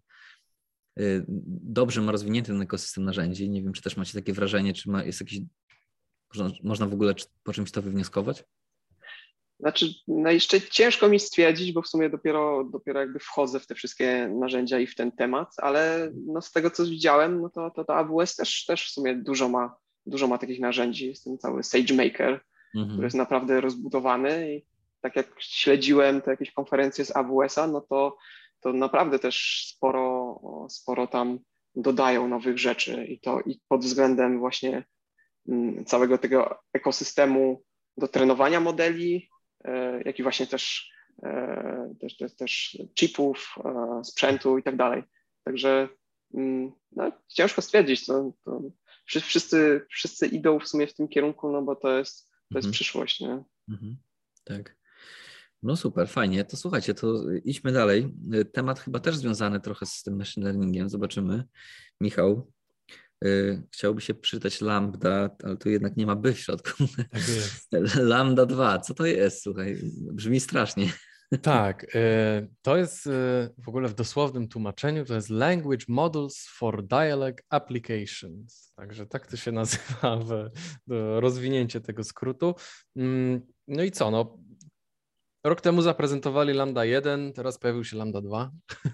dobrze ma rozwinięty ten ekosystem narzędzi. Nie wiem, czy też macie takie wrażenie, czy ma, jest jakiś, można, można w ogóle po czymś to wywnioskować? Znaczy, no jeszcze ciężko mi stwierdzić, bo w sumie dopiero, dopiero jakby wchodzę w te wszystkie narzędzia i w ten temat, ale no z tego, co widziałem, no to, to, to A W S też, też w sumie dużo ma, dużo ma takich narzędzi. Jest ten cały SageMaker, mhm. który jest naprawdę rozbudowany i tak jak śledziłem te jakieś konferencje z A W S-a, no to, to naprawdę też sporo, sporo tam dodają nowych rzeczy i to i pod względem właśnie całego tego ekosystemu do trenowania modeli, jak i właśnie też, też, też, też chipów, sprzętu i tak dalej. Także no, ciężko stwierdzić, to, to wszyscy, wszyscy idą w sumie w tym kierunku, no bo to jest, to jest mhm. przyszłość. Nie? Mhm. Tak. No super, fajnie. To słuchajcie, to idźmy dalej. Temat chyba też związany trochę z tym machine learningiem. Zobaczymy. Michał, chciałby się przeczytać Lambda, ale tu jednak nie ma by w środku. Tak jest. Lambda dwa, co to jest? Słuchaj, brzmi strasznie. Tak, to jest w ogóle w dosłownym tłumaczeniu, to jest Language Models for Dialogue Applications. Także tak to się nazywa w rozwinięcie tego skrótu. No i co, no rok temu zaprezentowali Lambda jeden, teraz pojawił się Lambda dwa.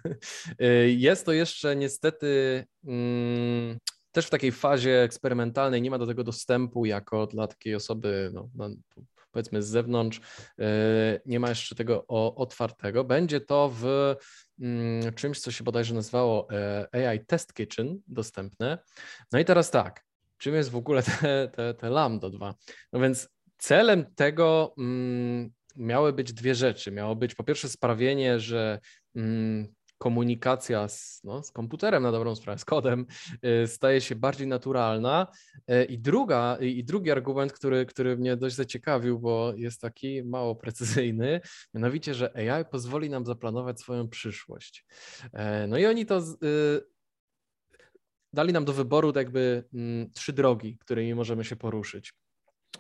Jest to jeszcze niestety mm, też w takiej fazie eksperymentalnej, nie ma do tego dostępu jako dla takiej osoby, no, no, powiedzmy z zewnątrz, nie ma jeszcze tego otwartego. Będzie to w mm, czymś, co się bodajże nazywało A I Test Kitchen dostępne. No i teraz tak, czym jest w ogóle te, te, te Lambda dwa? No więc celem tego mm, miały być dwie rzeczy. Miało być po pierwsze sprawienie, że mm, komunikacja z, no, z komputerem na dobrą sprawę, z kodem y, staje się bardziej naturalna. Y, I, druga, y, i drugi argument, który, który mnie dość zaciekawił, bo jest taki mało precyzyjny, mianowicie, że A I pozwoli nam zaplanować swoją przyszłość. Y, no i oni to z, y, dali nam do wyboru jakby mm, trzy drogi, którymi możemy się poruszyć.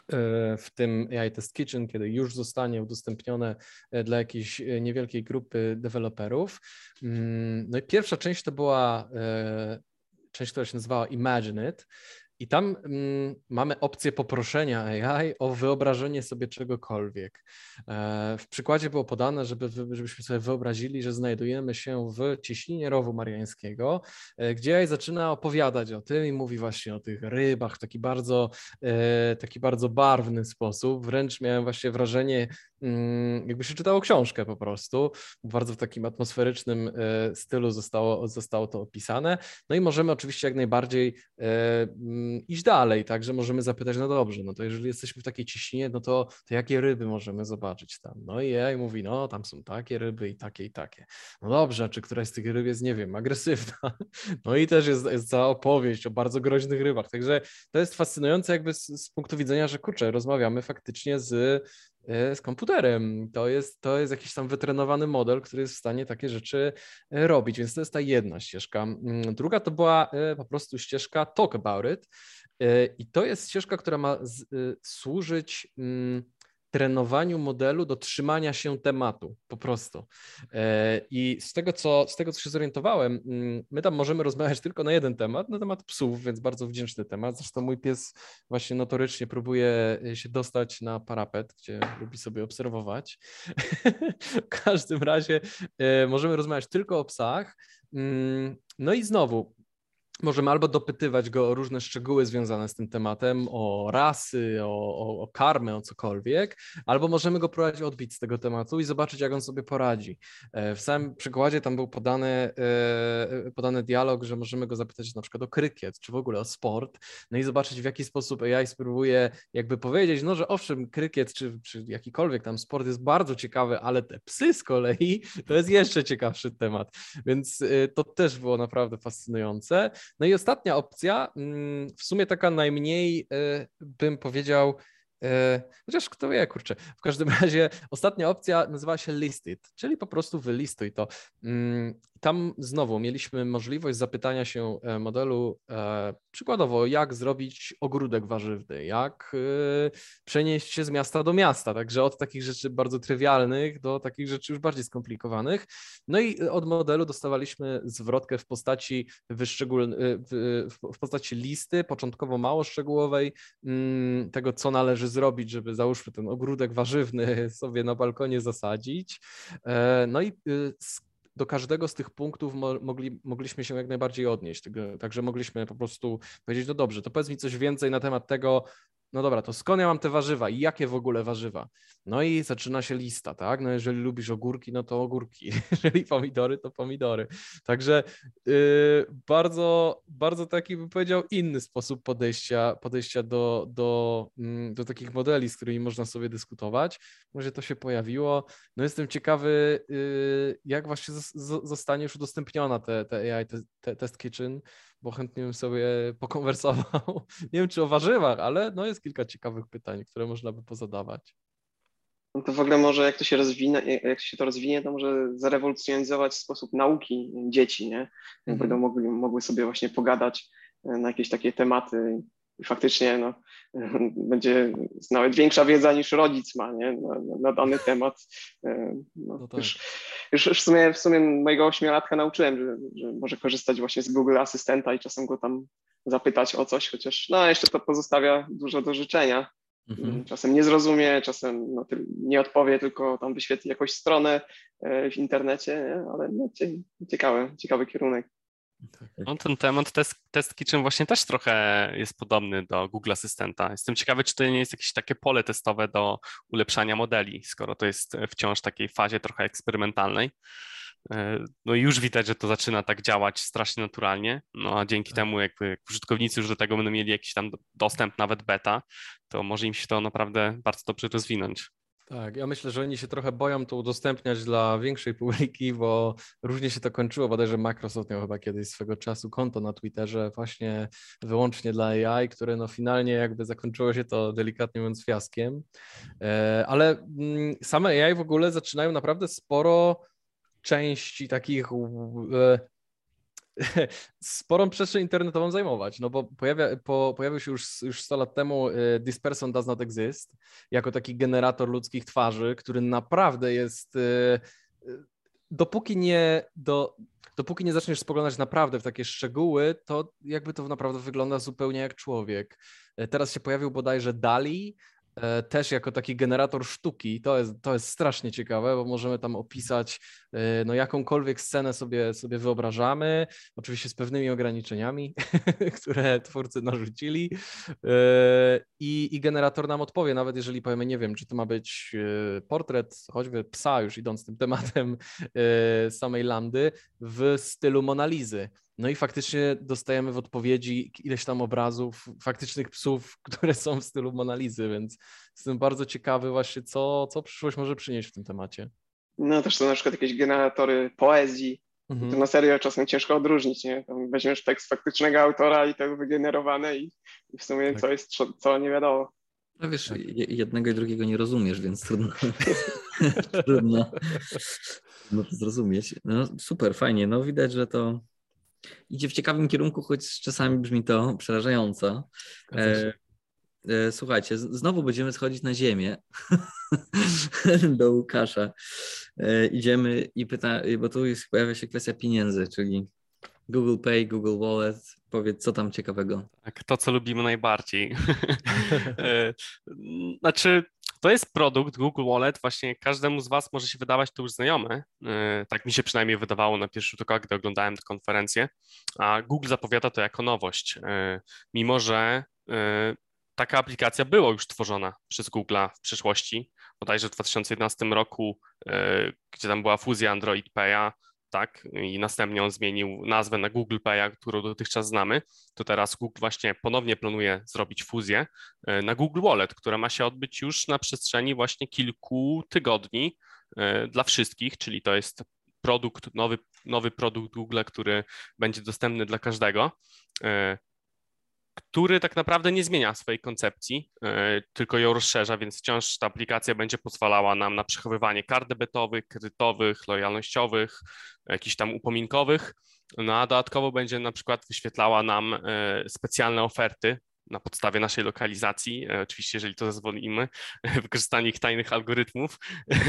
w tym A I Test Kitchen, kiedy już zostanie udostępnione dla jakiejś niewielkiej grupy deweloperów. No i pierwsza część to była część, która się nazywała Imagine It. I tam mm, mamy opcję poproszenia A I o wyobrażenie sobie czegokolwiek. E, w przykładzie było podane, żeby, żebyśmy sobie wyobrazili, że znajdujemy się w cieśninie Rowu Mariańskiego, e, gdzie A I zaczyna opowiadać o tym i mówi właśnie o tych rybach w taki bardzo, e, taki bardzo barwny sposób. Wręcz miałem właśnie wrażenie, mm, jakby się czytało książkę po prostu. Bardzo w takim atmosferycznym e, stylu zostało, zostało to opisane. No i możemy oczywiście jak najbardziej e, iść dalej, tak, że możemy zapytać, no dobrze, no to jeżeli jesteśmy w takiej ciśnienie, no to, to jakie ryby możemy zobaczyć tam? No i A I mówi, no tam są takie ryby i takie i takie. No dobrze, a czy któraś z tych ryb jest, nie wiem, agresywna? No i też jest, jest cała opowieść o bardzo groźnych rybach, także to jest fascynujące jakby z, z punktu widzenia, że kurczę, rozmawiamy faktycznie z z komputerem. To jest, to jest jakiś tam wytrenowany model, który jest w stanie takie rzeczy robić, więc to jest ta jedna ścieżka. Druga to była po prostu ścieżka Talk About It i to jest ścieżka, która ma z, służyć trenowaniu modelu do trzymania się tematu, po prostu. I z tego, co, z tego, co się zorientowałem, my tam możemy rozmawiać tylko na jeden temat, na temat psów, więc bardzo wdzięczny temat. Zresztą mój pies właśnie notorycznie próbuje się dostać na parapet, gdzie lubi sobie obserwować. W każdym razie możemy rozmawiać tylko o psach. No i znowu, możemy albo dopytywać go o różne szczegóły związane z tym tematem, o rasy, o, o, o karmę, o cokolwiek, albo możemy go próbować odbić z tego tematu i zobaczyć, jak on sobie poradzi. W samym przykładzie tam był podany, podany dialog, że możemy go zapytać na przykład o krykiet, czy w ogóle o sport, no i zobaczyć, w jaki sposób A I spróbuje jakby powiedzieć, no, że owszem, krykiet, czy, czy jakikolwiek tam sport jest bardzo ciekawy, ale te psy z kolei to jest jeszcze ciekawszy temat, więc to też było naprawdę fascynujące. No i ostatnia opcja, w sumie taka najmniej, bym powiedział, chociaż kto wie, kurczę, w każdym razie ostatnia opcja nazywa się List It, czyli po prostu wylistuj to. Tam znowu mieliśmy możliwość zapytania się modelu e, przykładowo, jak zrobić ogródek warzywny, jak e, przenieść się z miasta do miasta, także od takich rzeczy bardzo trywialnych do takich rzeczy już bardziej skomplikowanych. No i od modelu dostawaliśmy zwrotkę w postaci wyszczegól... w, w postaci listy, początkowo mało szczegółowej, m, tego, co należy zrobić, żeby załóżmy ten ogródek warzywny sobie na balkonie zasadzić. E, no i z do każdego z tych punktów mogli, mogliśmy się jak najbardziej odnieść, także mogliśmy po prostu powiedzieć, no dobrze, to powiedz mi coś więcej na temat tego, no dobra, to skąd ja mam te warzywa i jakie w ogóle warzywa? No i zaczyna się lista, tak? No jeżeli lubisz ogórki, no to ogórki, jeżeli pomidory, to pomidory. Także yy, bardzo, bardzo taki, bym powiedział, inny sposób podejścia, podejścia do, do, mm, do takich modeli, z którymi można sobie dyskutować. Może to się pojawiło. No jestem ciekawy, yy, jak właśnie z, z, zostanie już udostępniona te, te A I te, te Test Kitchen, bo chętnie bym sobie pokonwersował. Nie wiem, czy o warzywach, ale no jest kilka ciekawych pytań, które można by pozadawać. No to w ogóle może jak to się rozwinie, jak się to rozwinie, to może zarewolucjonizować sposób nauki dzieci, nie? Jak mm-hmm. będą mogli, mogły sobie właśnie pogadać na jakieś takie tematy i faktycznie no, będzie nawet większa wiedza niż rodzic ma, nie? Na, na dany temat. No, no tak. już, już w sumie, w sumie mojego ośmiolatka nauczyłem, że, że może korzystać właśnie z Google Asystenta i czasem go tam zapytać o coś, chociaż no jeszcze to pozostawia dużo do życzenia. Mhm. Czasem nie zrozumie, czasem no, nie odpowie, tylko tam wyświetli jakąś stronę w internecie, nie? Ale no, ciekawy, ciekawy kierunek. No, ten temat test, test Kitchen właśnie też trochę jest podobny do Google Asystenta. Jestem ciekawy, czy to nie jest jakieś takie pole testowe do ulepszania modeli, skoro to jest wciąż w takiej fazie trochę eksperymentalnej. No i już widać, że to zaczyna tak działać strasznie naturalnie, no a dzięki tak. temu jakby jak użytkownicy już do tego będą mieli jakiś tam dostęp, nawet beta, to może im się to naprawdę bardzo dobrze rozwinąć. Tak, ja myślę, że oni się trochę boją to udostępniać dla większej publiki, bo różnie się to kończyło, bodajże Microsoft miał chyba kiedyś swego czasu konto na Twitterze właśnie wyłącznie dla A I, które no finalnie jakby zakończyło się to delikatnie mówiąc fiaskiem, ale same A I w ogóle zaczynają naprawdę sporo części takich sporą przestrzeń internetową zajmować, no bo pojawia, po, pojawił się już, już sto lat temu This Person Does Not Exist jako taki generator ludzkich twarzy, który naprawdę jest, dopóki nie, do, dopóki nie zaczniesz spoglądać naprawdę w takie szczegóły, to jakby to naprawdę wygląda zupełnie jak człowiek. Teraz się pojawił bodajże DALL-E, też jako taki generator sztuki. To jest, to jest strasznie ciekawe, bo możemy tam opisać no, jakąkolwiek scenę sobie, sobie wyobrażamy, oczywiście z pewnymi ograniczeniami, które twórcy narzucili I, i generator nam odpowie, nawet jeżeli powiemy, nie wiem, czy to ma być portret choćby psa, już idąc tym tematem samej Landy, w stylu Monalizy. No i faktycznie dostajemy w odpowiedzi ileś tam obrazów faktycznych psów, które są w stylu Monalizy, więc jestem bardzo ciekawy właśnie, co, co przyszłość może przynieść w tym temacie. No też są na przykład jakieś generatory poezji. Mhm. To na serio czasem ciężko odróżnić, nie? Tam weźmiesz tekst faktycznego autora i to wygenerowane i, i w sumie Tak. co jest, co nie wiadomo. No wiesz, jednego i drugiego nie rozumiesz, więc trudno, trudno, trudno to zrozumieć. No super, fajnie. No widać, że to idzie w ciekawym kierunku, choć czasami brzmi to przerażająco. E, e, słuchajcie, z, znowu będziemy schodzić na ziemię do Łukasza. E, idziemy i pyta, bo tu jest, pojawia się kwestia pieniędzy, czyli Google Pay, Google Wallet. Powiedz, co tam ciekawego. Tak, to, co lubimy najbardziej. Znaczy, to jest produkt Google Wallet, właśnie każdemu z Was może się wydawać to już znajomy. Tak mi się przynajmniej wydawało na pierwszy rzut oka, gdy oglądałem tę konferencję. A Google zapowiada to jako nowość, mimo że taka aplikacja była już tworzona przez Google'a w przeszłości, bodajże w dwa tysiące jedenastym roku, gdzie tam była fuzja Android Pay'a, tak, i następnie on zmienił nazwę na Google Pay'a, którą dotychczas znamy, to teraz Google właśnie ponownie planuje zrobić fuzję na Google Wallet, która ma się odbyć już na przestrzeni właśnie kilku tygodni dla wszystkich, czyli to jest produkt, nowy, nowy produkt Google, który będzie dostępny dla każdego, który tak naprawdę nie zmienia swojej koncepcji, tylko ją rozszerza, więc wciąż ta aplikacja będzie pozwalała nam na przechowywanie kart debetowych, kredytowych, lojalnościowych, jakichś tam upominkowych, no a dodatkowo będzie na przykład wyświetlała nam specjalne oferty na podstawie naszej lokalizacji, oczywiście jeżeli to zezwolimy, wykorzystanie ich tajnych algorytmów,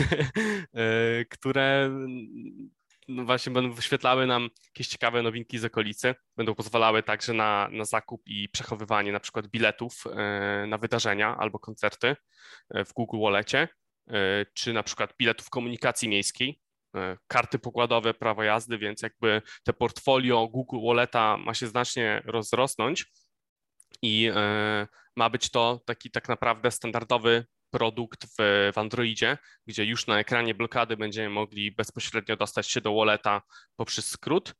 które no właśnie będą wyświetlały nam jakieś ciekawe nowinki z okolicy, będą pozwalały także na, na zakup i przechowywanie na przykład biletów na wydarzenia albo koncerty w Google Wallecie, czy na przykład biletów komunikacji miejskiej, karty pokładowe, prawo jazdy, więc jakby te portfolio Google Walleta ma się znacznie rozrosnąć i ma być to taki tak naprawdę standardowy produkt w, w Androidzie, gdzie już na ekranie blokady będziemy mogli bezpośrednio dostać się do walleta poprzez skrót.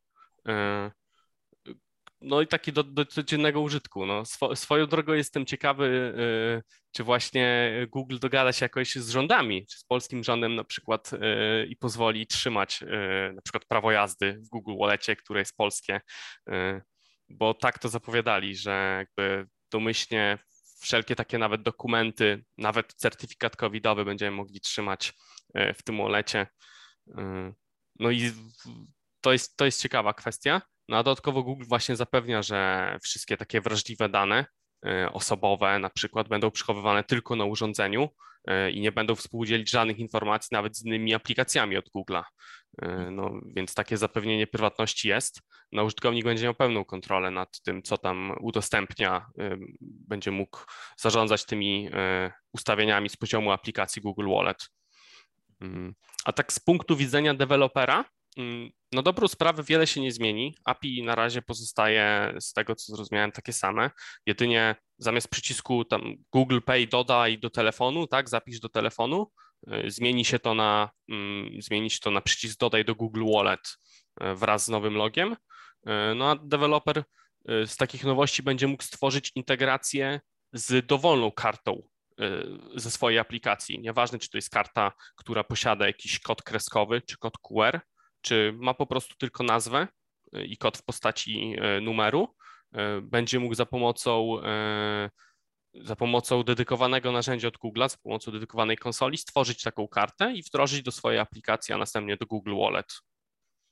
No i taki do, do codziennego użytku. No, swo, swoją drogą jestem ciekawy, czy właśnie Google dogada się jakoś z rządami, czy z polskim rządem na przykład i pozwoli trzymać na przykład prawo jazdy w Google Wallecie, które jest polskie, bo tak to zapowiadali, że jakby domyślnie wszelkie takie nawet dokumenty, nawet certyfikat covidowy będziemy mogli trzymać w tym wallecie. No i to jest, to jest ciekawa kwestia. No a dodatkowo Google właśnie zapewnia, że wszystkie takie wrażliwe dane osobowe na przykład będą przechowywane tylko na urządzeniu i nie będą współdzielić żadnych informacji nawet z innymi aplikacjami od Google'a. No, więc takie zapewnienie prywatności jest. No, użytkownik będzie miał pełną kontrolę nad tym, co tam udostępnia, będzie mógł zarządzać tymi ustawieniami z poziomu aplikacji Google Wallet. A tak z punktu widzenia dewelopera, na dobrą sprawę wiele się nie zmieni. A P I na razie pozostaje, z tego co zrozumiałem, takie same. Jedynie zamiast przycisku tam Google Pay dodaj do telefonu, tak, zapisz do telefonu, zmieni się to na, zmieni się to na przycisk dodaj do Google Wallet wraz z nowym logiem. No a deweloper z takich nowości będzie mógł stworzyć integrację z dowolną kartą ze swojej aplikacji. Nieważne, czy to jest karta, która posiada jakiś kod kreskowy, czy kod Q R, czy ma po prostu tylko nazwę i kod w postaci numeru, będzie mógł za pomocą, za pomocą dedykowanego narzędzia od Google'a, za pomocą dedykowanej konsoli stworzyć taką kartę i wdrożyć do swojej aplikacji, a następnie do Google Wallet.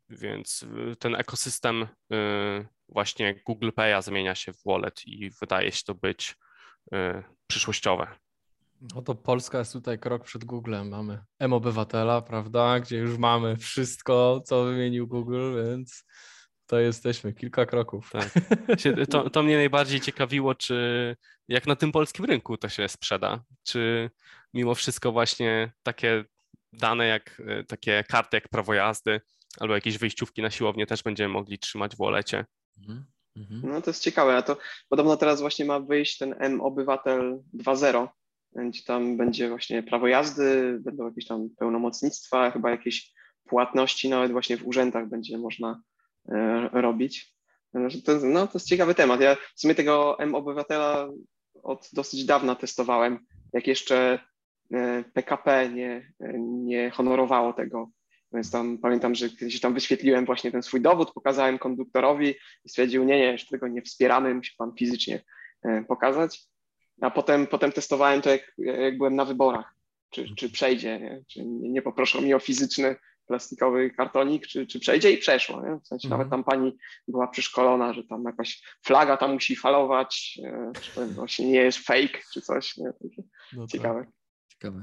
więc ten ekosystem właśnie Google Pay'a zmienia się w wallet i wydaje się to być przyszłościowe. No to Polska jest tutaj krok przed Googlem. Mamy M-Obywatela, prawda, gdzie już mamy wszystko, co wymienił Google, więc to jesteśmy kilka kroków. Tak. To, to mnie najbardziej ciekawiło, czy jak na tym polskim rynku to się sprzeda, czy mimo wszystko właśnie takie dane jak takie karty jak prawo jazdy albo jakieś wyjściówki na siłownię też będziemy mogli trzymać w wallecie. Mhm. Mhm. No to jest ciekawe, a to podobno teraz właśnie ma wyjść ten M-Obywatel dwa zero, gdzie tam będzie właśnie prawo jazdy, będą jakieś tam pełnomocnictwa, chyba jakieś płatności nawet właśnie w urzędach będzie można e, robić. To, no to jest ciekawy temat. Ja w sumie tego M-Obywatela od dosyć dawna testowałem, jak jeszcze e, P K P nie, nie honorowało tego. Więc tam pamiętam, że kiedyś tam wyświetliłem właśnie ten swój dowód, pokazałem konduktorowi i stwierdził, nie, nie, jeszcze tego nie wspieramy, musi pan fizycznie e, pokazać. A potem, potem testowałem to, jak, jak byłem na wyborach, czy, czy przejdzie, nie? Czy nie, nie poproszą mi o fizyczny plastikowy kartonik, czy, czy przejdzie i przeszło. Nie? W sensie Mhm. nawet tam pani była przeszkolona, że tam jakaś flaga tam musi falować, e, czy to właśnie nie jest fake, czy coś. Nie? No tak. Ciekawe. Ciekawe.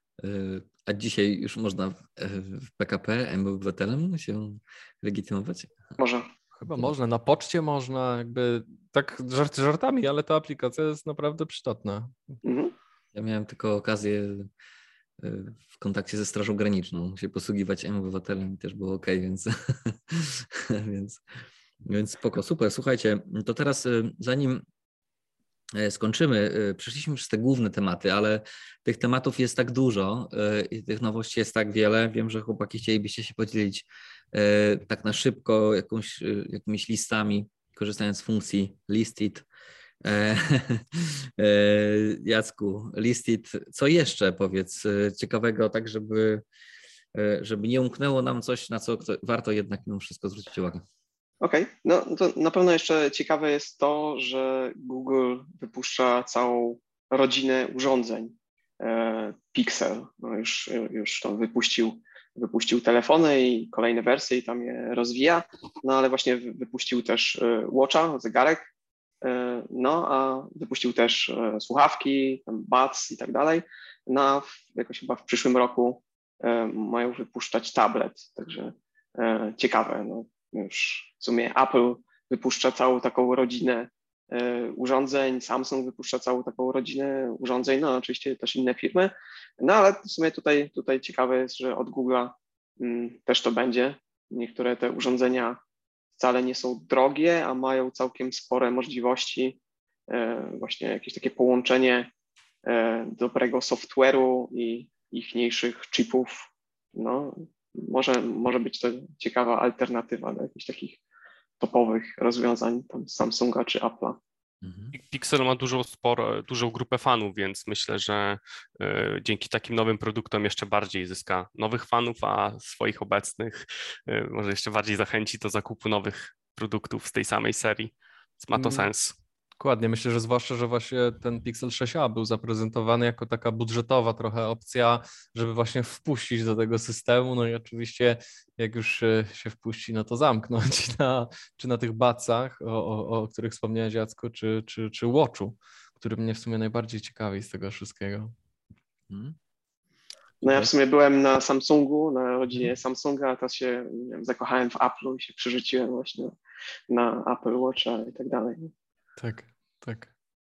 A dzisiaj już można w P K P M-Obywatelem się legitymować? Może. Chyba można, na poczcie można, jakby tak żarty żartami, ale ta aplikacja jest naprawdę przydatna. Mhm. Ja miałem tylko okazję w kontakcie ze Strażą Graniczną się posługiwać M-Obywatelem i też było ok, więc, więc, więc spoko, super. Słuchajcie, to teraz zanim skończymy, przeszliśmy przez te główne tematy, ale tych tematów jest tak dużo i tych nowości jest tak wiele. Wiem, że chłopaki chcielibyście się podzielić tak na szybko jakąś, jakimiś listami, korzystając z funkcji listed. Jacku, listed, co jeszcze powiedz ciekawego, tak żeby, żeby nie umknęło nam coś, na co warto jednak mimo wszystko zwrócić uwagę. Okej, okay. No to na pewno jeszcze ciekawe jest to, że Google wypuszcza całą rodzinę urządzeń. Pixel no już, już tam wypuścił, wypuścił telefony i kolejne wersje i tam je rozwija, no ale właśnie wypuścił też Watcha, zegarek, no a wypuścił też słuchawki, tam Buds i tak dalej, no a jakoś chyba w przyszłym roku mają wypuszczać tablet, także ciekawe, no. Już w sumie Apple wypuszcza całą taką rodzinę urządzeń, Samsung wypuszcza całą taką rodzinę urządzeń, no oczywiście też inne firmy, no ale w sumie tutaj, tutaj ciekawe jest, że od Google'a mm, też to będzie. Niektóre te urządzenia wcale nie są drogie, a mają całkiem spore możliwości, e, właśnie jakieś takie połączenie e, dobrego software'u i ichniejszych chipów, no może, może być to ciekawa alternatywa do jakichś takich topowych rozwiązań tam Samsunga czy Apple'a. Pixel ma dużą, sporo, dużą grupę fanów, więc myślę, że y, dzięki takim nowym produktom jeszcze bardziej zyska nowych fanów, a swoich obecnych y, może jeszcze bardziej zachęci do zakupu nowych produktów z tej samej serii. Więc ma to Mm. sens. Dokładnie, myślę, że zwłaszcza, że właśnie ten Pixel sześć a był zaprezentowany jako taka budżetowa trochę opcja, żeby właśnie wpuścić do tego systemu, no i oczywiście jak już się wpuści, no to zamknąć na, czy na tych Budsach, o, o, o których wspomniałeś Jacku, czy, czy, czy Watchu, który mnie w sumie najbardziej ciekawi z tego wszystkiego. Hmm. No ja w sumie byłem na Samsungu, na rodzinie Samsunga, a teraz się nie wiem, zakochałem w Apple'u i się przerzuciłem właśnie na Apple Watcha i tak dalej. Tak, tak.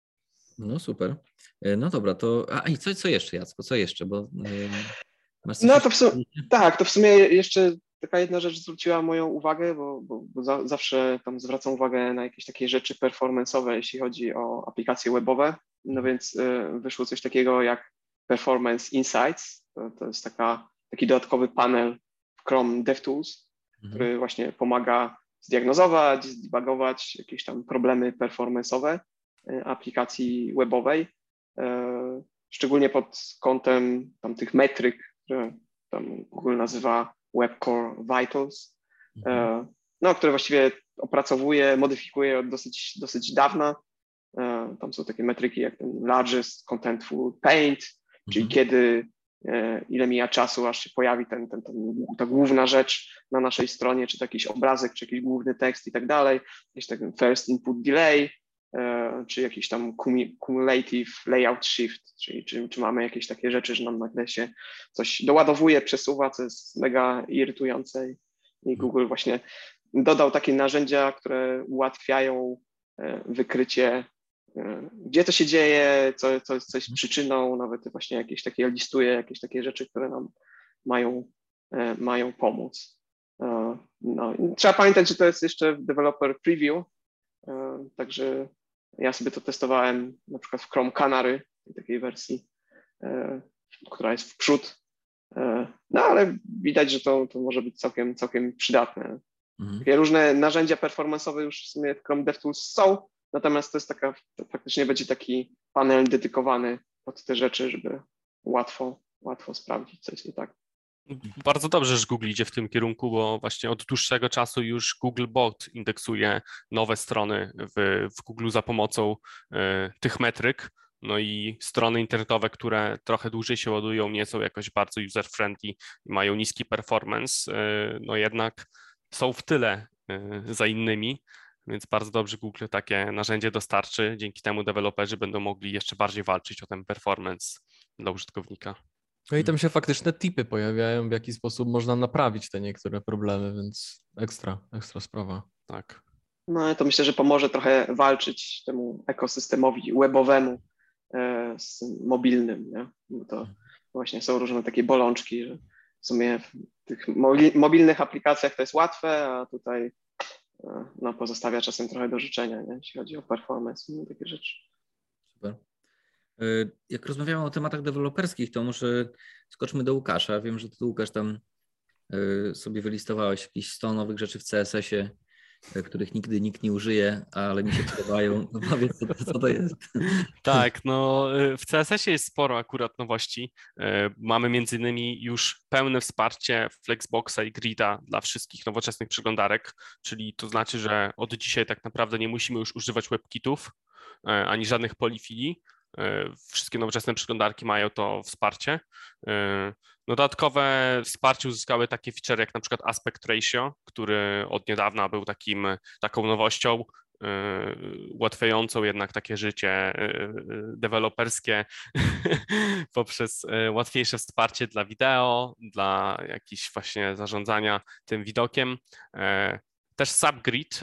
No super. No dobra, to a i co, co jeszcze, Jacku, co jeszcze? Bo, yy, masz coś no jeszcze? to w sumie, tak, to w sumie jeszcze taka jedna rzecz zwróciła moją uwagę, bo, bo, bo za, zawsze tam zwracam uwagę na jakieś takie rzeczy performance'owe, jeśli chodzi o aplikacje webowe. No więc y, wyszło coś takiego jak Performance Insights. To, to jest taka, taki dodatkowy panel w Chrome DevTools, mhm. który właśnie pomaga zdiagnozować, zdebugować jakieś tam problemy performance'owe aplikacji webowej, szczególnie pod kątem tam tych metryk, które tam Google nazywa Web Core Vitals, mhm. no, które właściwie opracowuje, modyfikuje od dosyć, dosyć dawna. Tam są takie metryki jak ten Largest Contentful Paint, czyli mhm. kiedy ile mija czasu, aż się pojawi ten, ten, ten, ta główna rzecz na naszej stronie, czy to jakiś obrazek, czy jakiś główny tekst i tak dalej, jakiś taki first input delay, czy jakiś tam cumulative layout shift, czyli czy, czy mamy jakieś takie rzeczy, że nam nagle się coś doładowuje, przesuwa, co jest mega irytujące i Google właśnie dodał takie narzędzia, które ułatwiają wykrycie, gdzie to się dzieje, co, co, co jest przyczyną, nawet właśnie jakieś takie listuje, jakieś takie rzeczy, które nam mają, mają pomóc. No, trzeba pamiętać, że to jest jeszcze developer preview, także ja sobie to testowałem na przykład w Chrome Canary, takiej wersji, która jest w przód, no ale widać, że to, to może być całkiem, całkiem przydatne. Mhm. Takie różne narzędzia performance'owe już w sumie w Chrome DevTools są, natomiast to jest taka, to faktycznie będzie taki panel dedykowany pod te rzeczy, żeby łatwo, łatwo sprawdzić, co jest nie tak. Bardzo dobrze, że Google idzie w tym kierunku, bo właśnie od dłuższego czasu już Googlebot indeksuje nowe strony w, w Google za pomocą y, tych metryk. No i strony internetowe, które trochę dłużej się ładują, nie są jakoś bardzo user-friendly i mają niski performance, y, no jednak są w tyle y, za innymi, więc bardzo dobrze Google takie narzędzie dostarczy. Dzięki temu deweloperzy będą mogli jeszcze bardziej walczyć o ten performance dla użytkownika. No i tam się faktyczne tipy pojawiają, w jaki sposób można naprawić te niektóre problemy, więc ekstra, ekstra sprawa. Tak. No to myślę, że pomoże trochę walczyć temu ekosystemowi webowemu z mobilnym, nie? Bo to właśnie są różne takie bolączki, że w sumie w tych mobilnych aplikacjach to jest łatwe, a tutaj no, pozostawia czasem trochę do życzenia, nie? Jeśli chodzi o performance i takie rzeczy. Super. Jak rozmawiamy o tematach deweloperskich, to może skoczmy do Łukasza. Wiem, że ty, Łukasz, tam sobie wylistowałeś jakieś sto nowych rzeczy w C S S ie, których nigdy nikt nie użyje, ale mi się podobają. No powiedz, co, co to jest. Tak, no w C S S ie jest sporo akurat nowości. Mamy między innymi już pełne wsparcie Flexboxa i Grida dla wszystkich nowoczesnych przeglądarek, czyli to znaczy, że od dzisiaj tak naprawdę nie musimy już używać WebKitów ani żadnych polifili. Wszystkie nowoczesne przeglądarki mają to wsparcie. Dodatkowe wsparcie uzyskały takie feature jak na przykład Aspect Ratio, który od niedawna był takim, taką nowością, ułatwiającą jednak takie życie deweloperskie poprzez łatwiejsze wsparcie dla wideo, dla jakichś właśnie zarządzania tym widokiem. Też Subgrid,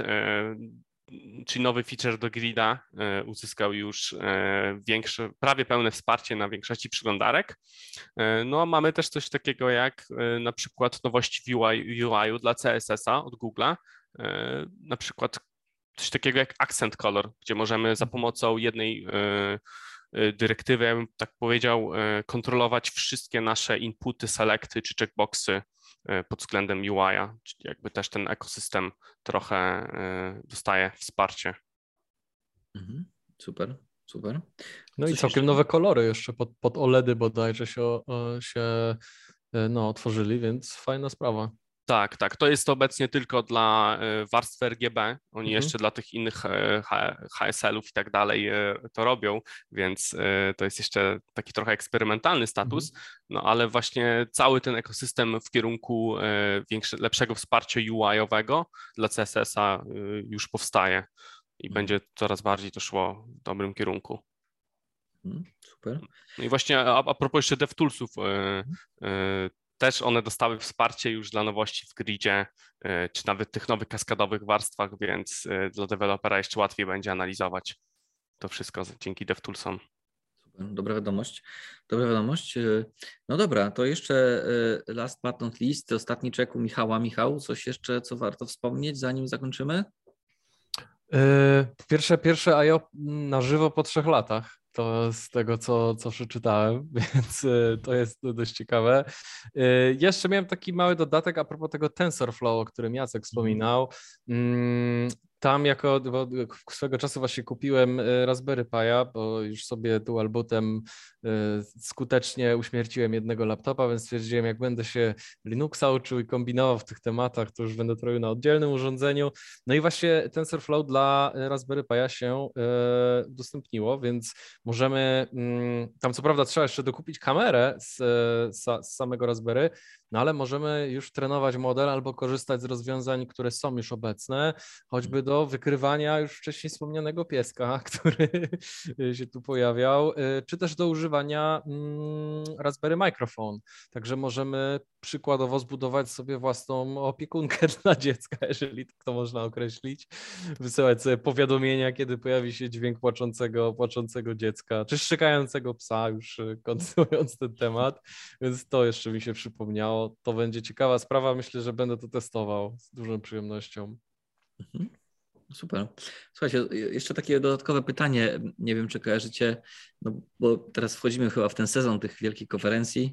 czyli nowy feature do Grida, uzyskał już większe, prawie pełne wsparcie na większości przeglądarek. No a mamy też coś takiego jak na przykład nowości w U I, U I-u dla C S S a od Google'a, na przykład coś takiego jak Accent Color, gdzie możemy za pomocą jednej dyrektywy, ja bym tak powiedział, kontrolować wszystkie nasze inputy, selecty czy checkboxy pod względem U I-a, czyli jakby też ten ekosystem trochę dostaje wsparcie. Mhm, super, super. No Coś i całkiem jeszcze? nowe kolory jeszcze pod, pod O L E D y bodajże się, się no, otworzyli, więc fajna sprawa. Tak, tak. To jest obecnie tylko dla warstwy R G B. Oni Mhm. jeszcze dla tych innych H S L ów i tak dalej to robią, więc to jest jeszcze taki trochę eksperymentalny status, mhm. No ale właśnie cały ten ekosystem w kierunku większe, lepszego wsparcia U I-owego dla C S S a już powstaje i mhm. będzie coraz bardziej to szło w dobrym kierunku. Mhm, super. No i właśnie a, a propos jeszcze DevToolsów, mhm. też one dostały wsparcie już dla nowości w Gridzie, czy nawet tych nowych kaskadowych warstwach, więc dla dewelopera jeszcze łatwiej będzie analizować to wszystko dzięki DevToolsom. Super, dobra wiadomość. Dobra wiadomość. No dobra, to jeszcze last but not least, ostatni czek u Michała. Michał, coś jeszcze, co warto wspomnieć, zanim zakończymy? Pierwsze, pierwsze I O na żywo po trzech latach. To z tego, co, co przeczytałem, więc to jest dość ciekawe. Jeszcze miałem taki mały dodatek a propos tego TensorFlow, o którym Jacek wspominał. tam jako, bo swego czasu właśnie kupiłem Raspberry Pi'a, bo już sobie dual bootem skutecznie uśmierciłem jednego laptopa, więc stwierdziłem, jak będę się Linuxa uczył i kombinował w tych tematach, to już będę to robił na oddzielnym urządzeniu. No i właśnie TensorFlow dla Raspberry Pi'a się udostępniło, więc możemy, tam co prawda trzeba jeszcze dokupić kamerę z, z samego Raspberry, no ale możemy już trenować model albo korzystać z rozwiązań, które są już obecne, choćby do wykrywania już wcześniej wspomnianego pieska, który się tu pojawiał, czy też do używania Raspberry Microphone. Także możemy przykładowo zbudować sobie własną opiekunkę dla dziecka, jeżeli tak to można określić, wysyłać sobie powiadomienia, kiedy pojawi się dźwięk płaczącego, płaczącego dziecka, czy szczekającego psa, już kontynuując ten temat, więc to jeszcze mi się przypomniało. To będzie ciekawa sprawa, myślę, że będę to testował z dużą przyjemnością. Mhm. Super. Słuchajcie, jeszcze takie dodatkowe pytanie, nie wiem, czy kojarzycie, no bo teraz wchodzimy chyba w ten sezon tych wielkich konferencji.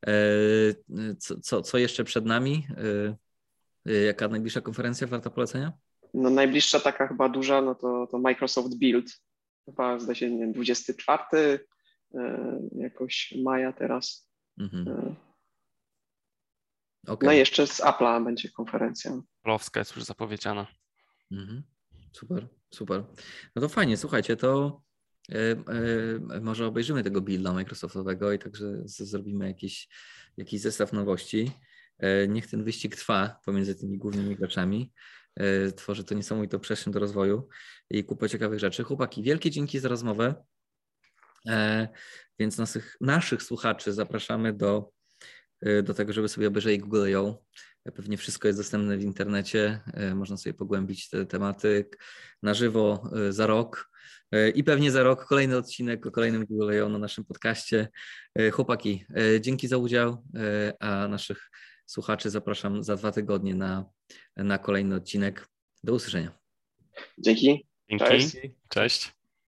Co, co, co jeszcze przed nami? Jaka najbliższa konferencja warta polecenia? No najbliższa taka chyba duża, no to, to Microsoft Build. Chyba zdaje się, nie wiem, dwudziestego czwartego jakoś maja teraz. Mhm. Okay. No i jeszcze z Apple'a będzie konferencja. Polska jest już zapowiedziana. Mhm. Super, super. No to fajnie, słuchajcie, to yy, yy, może obejrzymy tego builda Microsoftowego i także z, zrobimy jakiś, jakiś zestaw nowości. Yy, niech ten wyścig trwa pomiędzy tymi głównymi graczami. Yy, tworzy to niesamowitą przestrzeń do rozwoju i kupę ciekawych rzeczy. Chłopaki, wielkie dzięki za rozmowę. Yy, więc naszych, naszych słuchaczy zapraszamy do do tego, żeby sobie obejrzeli Google I O. Pewnie wszystko jest dostępne w internecie, można sobie pogłębić te tematy na żywo za rok i pewnie za rok kolejny odcinek o kolejnym Google I O na naszym podcaście. Chłopaki, dzięki za udział, a naszych słuchaczy zapraszam za dwa tygodnie na, na kolejny odcinek. Do usłyszenia. Dzięki. Dzięki. Cześć. Cześć.